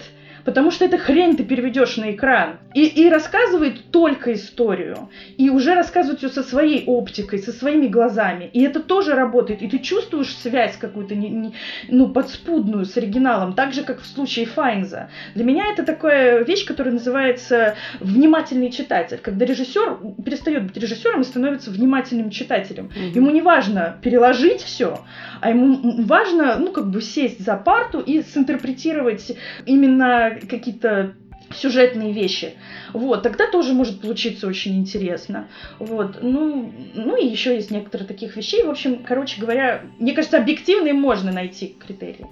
потому что эта хрень ты переведешь на экран. И, и рассказывает только историю. И уже рассказывает ее со своей оптикой, со своими глазами. И это тоже работает. И ты чувствуешь связь какую-то не, не, ну, подспудную с оригиналом. Так же, как в случае Файнза. Для меня это такая вещь, которая называется внимательный читатель. Когда режиссер перестает быть режиссером и становится внимательным читателем. Mm-hmm. Ему не важно переложить все, а ему важно, ну, как бы сесть за парту и синтерпретировать именно какие-то сюжетные вещи. Вот, тогда тоже может получиться очень интересно. Вот, ну, ну и еще есть некоторые таких вещей. В общем, короче говоря, мне кажется, объективно можно найти критерии.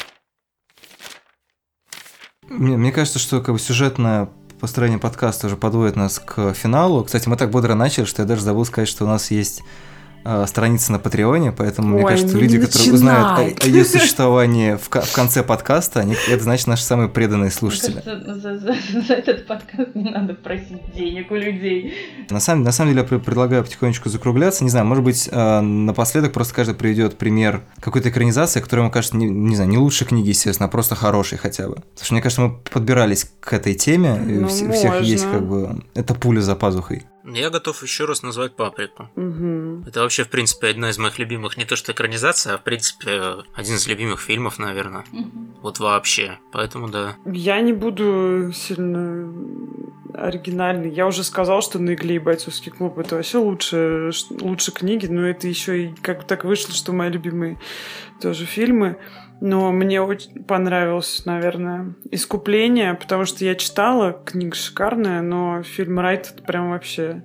Мне, мне кажется, что как бы сюжетное построение подкаста уже подводит нас к финалу. Кстати, мы так бодро начали, что я даже забыл сказать, что у нас есть э, страница на Патреоне, поэтому, Ой, мне кажется, люди, которые узнают о, о ее существовании в, в конце подкаста, они, это значит наши самые преданные слушатели. Кажется, за, за, за этот подкаст не надо просить денег у людей. На самом, на самом деле я предлагаю потихонечку закругляться. Не знаю, может быть, э, напоследок просто каждый приведет пример какой-то экранизации, которая ему кажется, не, не знаю, не лучше книги, естественно, а просто хорошей хотя бы. Потому что, мне кажется, мы подбирались к этой теме, и ну, у всех есть как бы эта пуля за пазухой. Я готов еще раз назвать «Паприку». Угу. Это вообще, в принципе, одна из моих любимых, не то что экранизация, а, в принципе, один из любимых фильмов, наверное. Угу. Вот вообще. Поэтому да. Я не буду сильно оригинальный. Я уже сказал, что «На игле» и «Бойцовский клуб» — это вообще лучше, лучше книги, но это еще и как так вышло, что мои любимые тоже фильмы. Но мне очень понравилось, наверное, «Искупление», потому что я читала, книга шикарная, но фильм «Райт» — это прям вообще...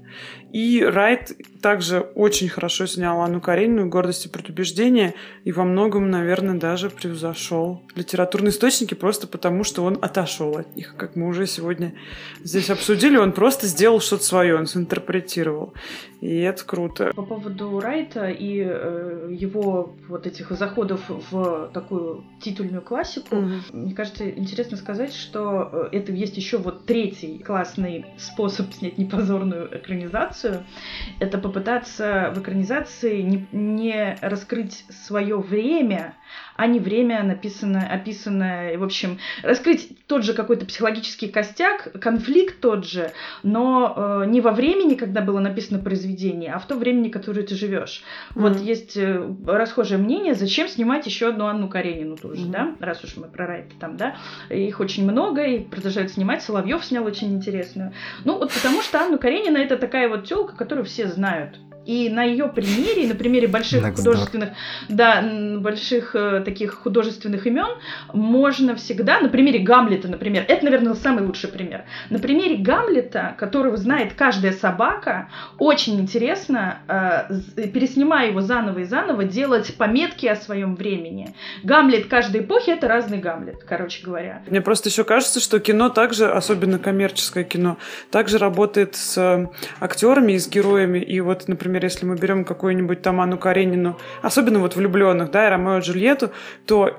И Райт также очень хорошо снял Анну Каренину, «Гордость и предубеждение», и во многом, наверное, даже превзошел литературные источники просто потому, что он отошел от них. Как мы уже сегодня здесь обсудили, он просто сделал что-то свое, он синтерпретировал. И это круто. По поводу Райта и э, его вот этих заходов в такую титульную классику, mm-hmm. мне кажется, интересно сказать, что это есть еще вот третий классный способ снять непозорную экранизацию. Это попытаться в экранизации не, не раскрыть свое время, а не время написанное, описанное, в общем, раскрыть тот же какой-то психологический костяк, конфликт тот же, но э, не во времени, когда было написано произведение, а в то времени, в которое ты живешь. Mm-hmm. Вот есть э, расхожее мнение, зачем снимать еще одну Анну Каренину тоже, mm-hmm. да, раз уж мы про Райта там, да, их очень много, и продолжают снимать, Соловьев снял очень интересную. Ну, вот потому что Анну Каренина — это такая вот тёлка, которую все знают. И на ее примере, на примере больших Next художественных, да, больших э, таких художественных имен можно всегда, на примере Гамлета, например, это, наверное, самый лучший пример. На примере Гамлета, которого знает каждая собака, очень интересно, э, переснимая его заново и заново, делать пометки о своем времени. Гамлет каждой эпохи — это разный Гамлет, короче говоря. Мне просто еще кажется, что кино также, особенно коммерческое кино, также работает с актерами и с героями. И вот, например, если мы берем какую-нибудь там Анну Каренину, особенно вот влюбленных, да, и Ромео и Джульетту, то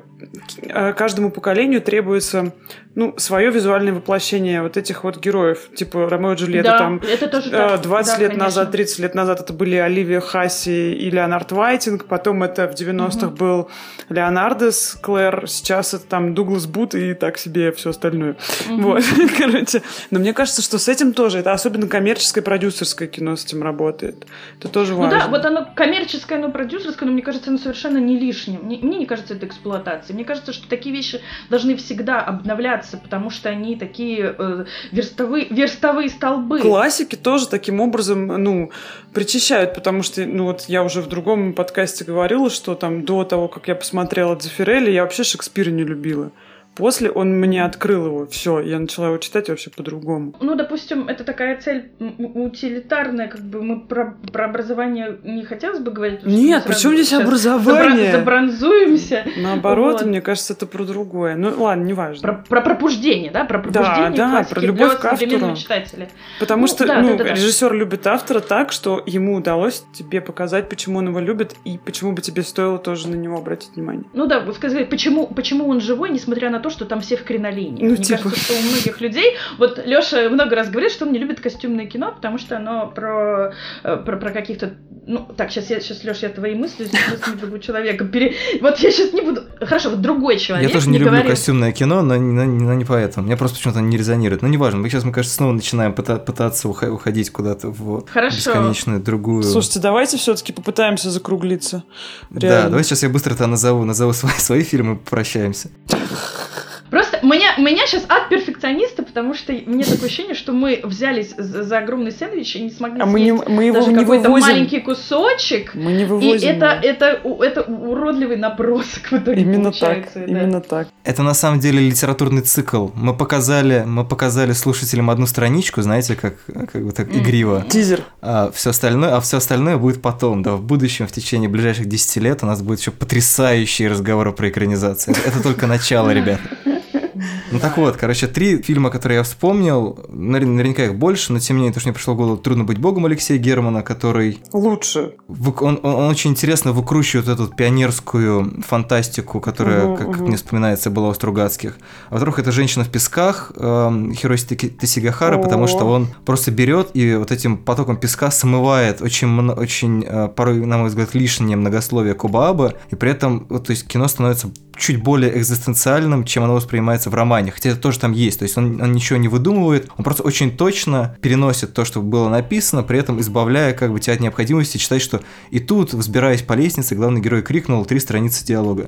каждому поколению требуется, ну, свое визуальное воплощение вот этих вот героев, типа Ромео и Джульетта, да, там это тоже так. двадцать да, лет конечно. назад, тридцать лет назад это были Оливия Хасси и Леонард Вайтинг, потом это в девяностых угу. был Леонардес, Клэр, сейчас это там Дуглас Бут и так себе все остальное. Угу. Вот, короче. Но мне кажется, что с этим тоже, это особенно коммерческое продюсерское кино с этим работает. Это тоже важно. Ну да, вот оно коммерческое, оно продюсерское, но мне кажется, оно совершенно не лишним. Мне, мне не кажется, это эксплуатация. Мне кажется, что такие вещи должны всегда обновляться, потому что они такие э, верстовые, верстовые столбы. Классики тоже таким образом, ну, причащают, потому что, ну, вот я уже в другом подкасте говорила, что там до того, как я посмотрела Дзефирелли, я вообще Шекспира не любила. После он мне открыл его. Все, я начала его читать вообще по-другому. Ну, допустим, это такая цель утилитарная, как бы мы про, про образование не хотелось бы говорить. Нет, при чем здесь образование? Забронзуемся. Наоборот, вот. Мне кажется, это про другое. Ну, ладно, неважно. Про, про пробуждение, да? Про пробуждение да, да, про любовь к автору. Читателя. Потому ну, что да, ну, да, да, режиссер да. любит автора так, что ему удалось тебе показать, почему он его любит, и почему бы тебе стоило тоже на него обратить внимание. Ну да, вы сказали, почему, почему он живой, несмотря на то, что там все в кринолине. Ну, Мне типа... кажется, что у многих людей... Вот Лёша много раз говорит, что он не любит костюмное кино, потому что оно про, про, про каких-то... Ну, так, сейчас, я, сейчас, Лёш, я твои мысли с мыслями другого человека пере... Вот я сейчас не буду... Хорошо, вот другой человек Я тоже не люблю говорит... костюмное кино, но, но, но не поэтому. Мне просто почему-то не резонирует. Ну, неважно, мы сейчас, мне кажется, снова начинаем пыта- пытаться уходить куда-то в Хорошо. бесконечную другую... Слушайте, давайте все-таки попытаемся закруглиться. Реально. Да, давай сейчас я быстро-то назову, назову свои, свои фильмы и попрощаемся. Просто меня, меня сейчас ад перфекциониста, потому что мне такое ощущение, что мы взялись за, за огромный сэндвич и не смогли а съесть мы не, мы его даже не какой-то вывозим. маленький кусочек. Мы не вывозим. И это, это, это уродливый набросок в итоге именно получается. Так, да. именно так. Это на самом деле литературный цикл. Мы показали, мы показали слушателям одну страничку, знаете, как, как бы так игриво. Тизер. А все остальное, а все остальное будет потом, да, в будущем, в течение ближайших десяти лет у нас будет еще потрясающие разговоры про экранизацию. Это, это только начало, ребят. Ну так вот, короче, три фильма, которые я вспомнил, наверняка их больше, но тем не менее, то, что мне пришло в голову, «Трудно быть богом» Алексея Германа, который... Лучше. Он, он, он очень интересно выкручивает эту пионерскую фантастику, которая, угу, как, угу. как мне вспоминается, была у Стругацких. А во-вторых, это «Женщина в песках» э, Хироси Тосигахара, потому что он просто берет и вот этим потоком песка смывает очень, очень порой, на мой взгляд, лишнее многословие Кубааба, и при этом, вот, то есть, кино становится чуть более экзистенциальным, чем оно воспринимается в романе, хотя это тоже там есть, то есть он, он ничего не выдумывает, он просто очень точно переносит то, что было написано, при этом избавляя как бы тебя от необходимости читать, что и тут, взбираясь по лестнице, главный герой крикнул три страницы диалога.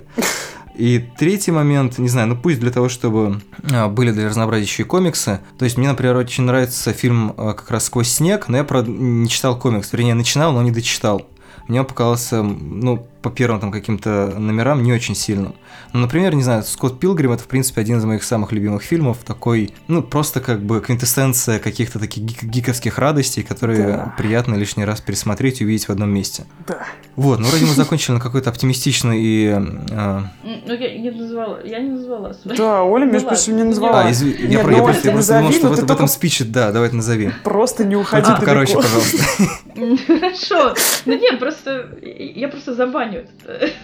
И третий момент, не знаю, ну пусть для того, чтобы а, были для разнообразия еще и комиксы. То есть мне, например, очень нравится фильм а, как раз «Сквозь снег», но я, правда, не читал комикс, вернее, начинал, но не дочитал. Мне он показался, ну, по первым там каким-то номерам не очень сильным. Ну, например, не знаю, «Скотт Пилгрим» — это, в принципе, один из моих самых любимых фильмов, такой, ну, просто как бы квинтэссенция каких-то таких гик- гиковских радостей, которые да. приятно лишний раз пересмотреть и увидеть в одном месте. Да. Вот, ну, вроде мы закончили на какой-то оптимистичной и... Э... Ну, я не называла, я не назвала свои. Да, Оля, между прочим, не назвала. А, изв... я, про... я просто, я просто думал, что в, в этом спиче, да, давайте назови. Просто не уходи далеко. Короче, пожалуйста. Хорошо. Ну, нет, просто, я просто забаню этот,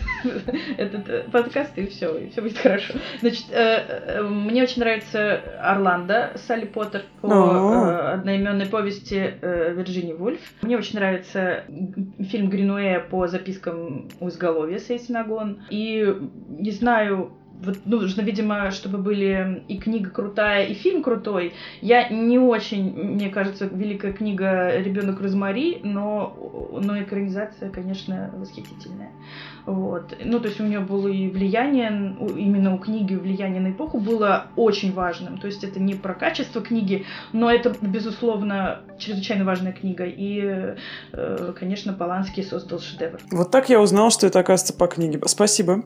этот подкаст, и все, и все будет хорошо. Значит, э, мне очень нравится «Орландо» Салли Поттер по э, одноименной повести э, Вирджинии Вульф. Мне очень нравится фильм Гринуэя по запискам у изголовья Сейси Нагон. И не знаю... Вот нужно, видимо, чтобы были и книга крутая, и фильм крутой. Я не очень, мне кажется, великая книга «Ребенок Розмари», но, но экранизация, конечно, восхитительная. Вот. Ну, то есть у нее было и влияние, именно у книги влияние на эпоху было очень важным. То есть это не про качество книги, но это, безусловно, чрезвычайно важная книга. И, конечно, Поланский создал шедевр. Вот так я узнал, что это, оказывается, по книге. Спасибо.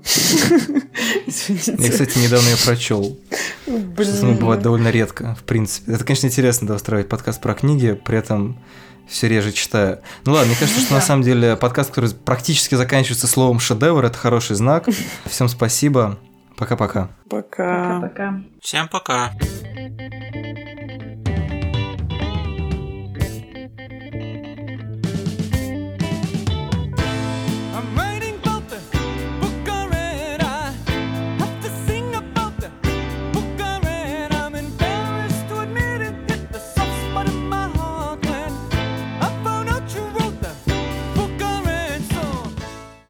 Я, кстати, недавно ее прочел. Блин. Бывает довольно редко, в принципе. Это, конечно, интересно, да, устраивать подкаст про книги, при этом все реже читаю. Ну ладно, мне кажется, что на самом деле подкаст, который практически заканчивается словом «шедевр», это хороший знак. Всем спасибо. Пока-пока. Пока. Пока-пока. Всем пока.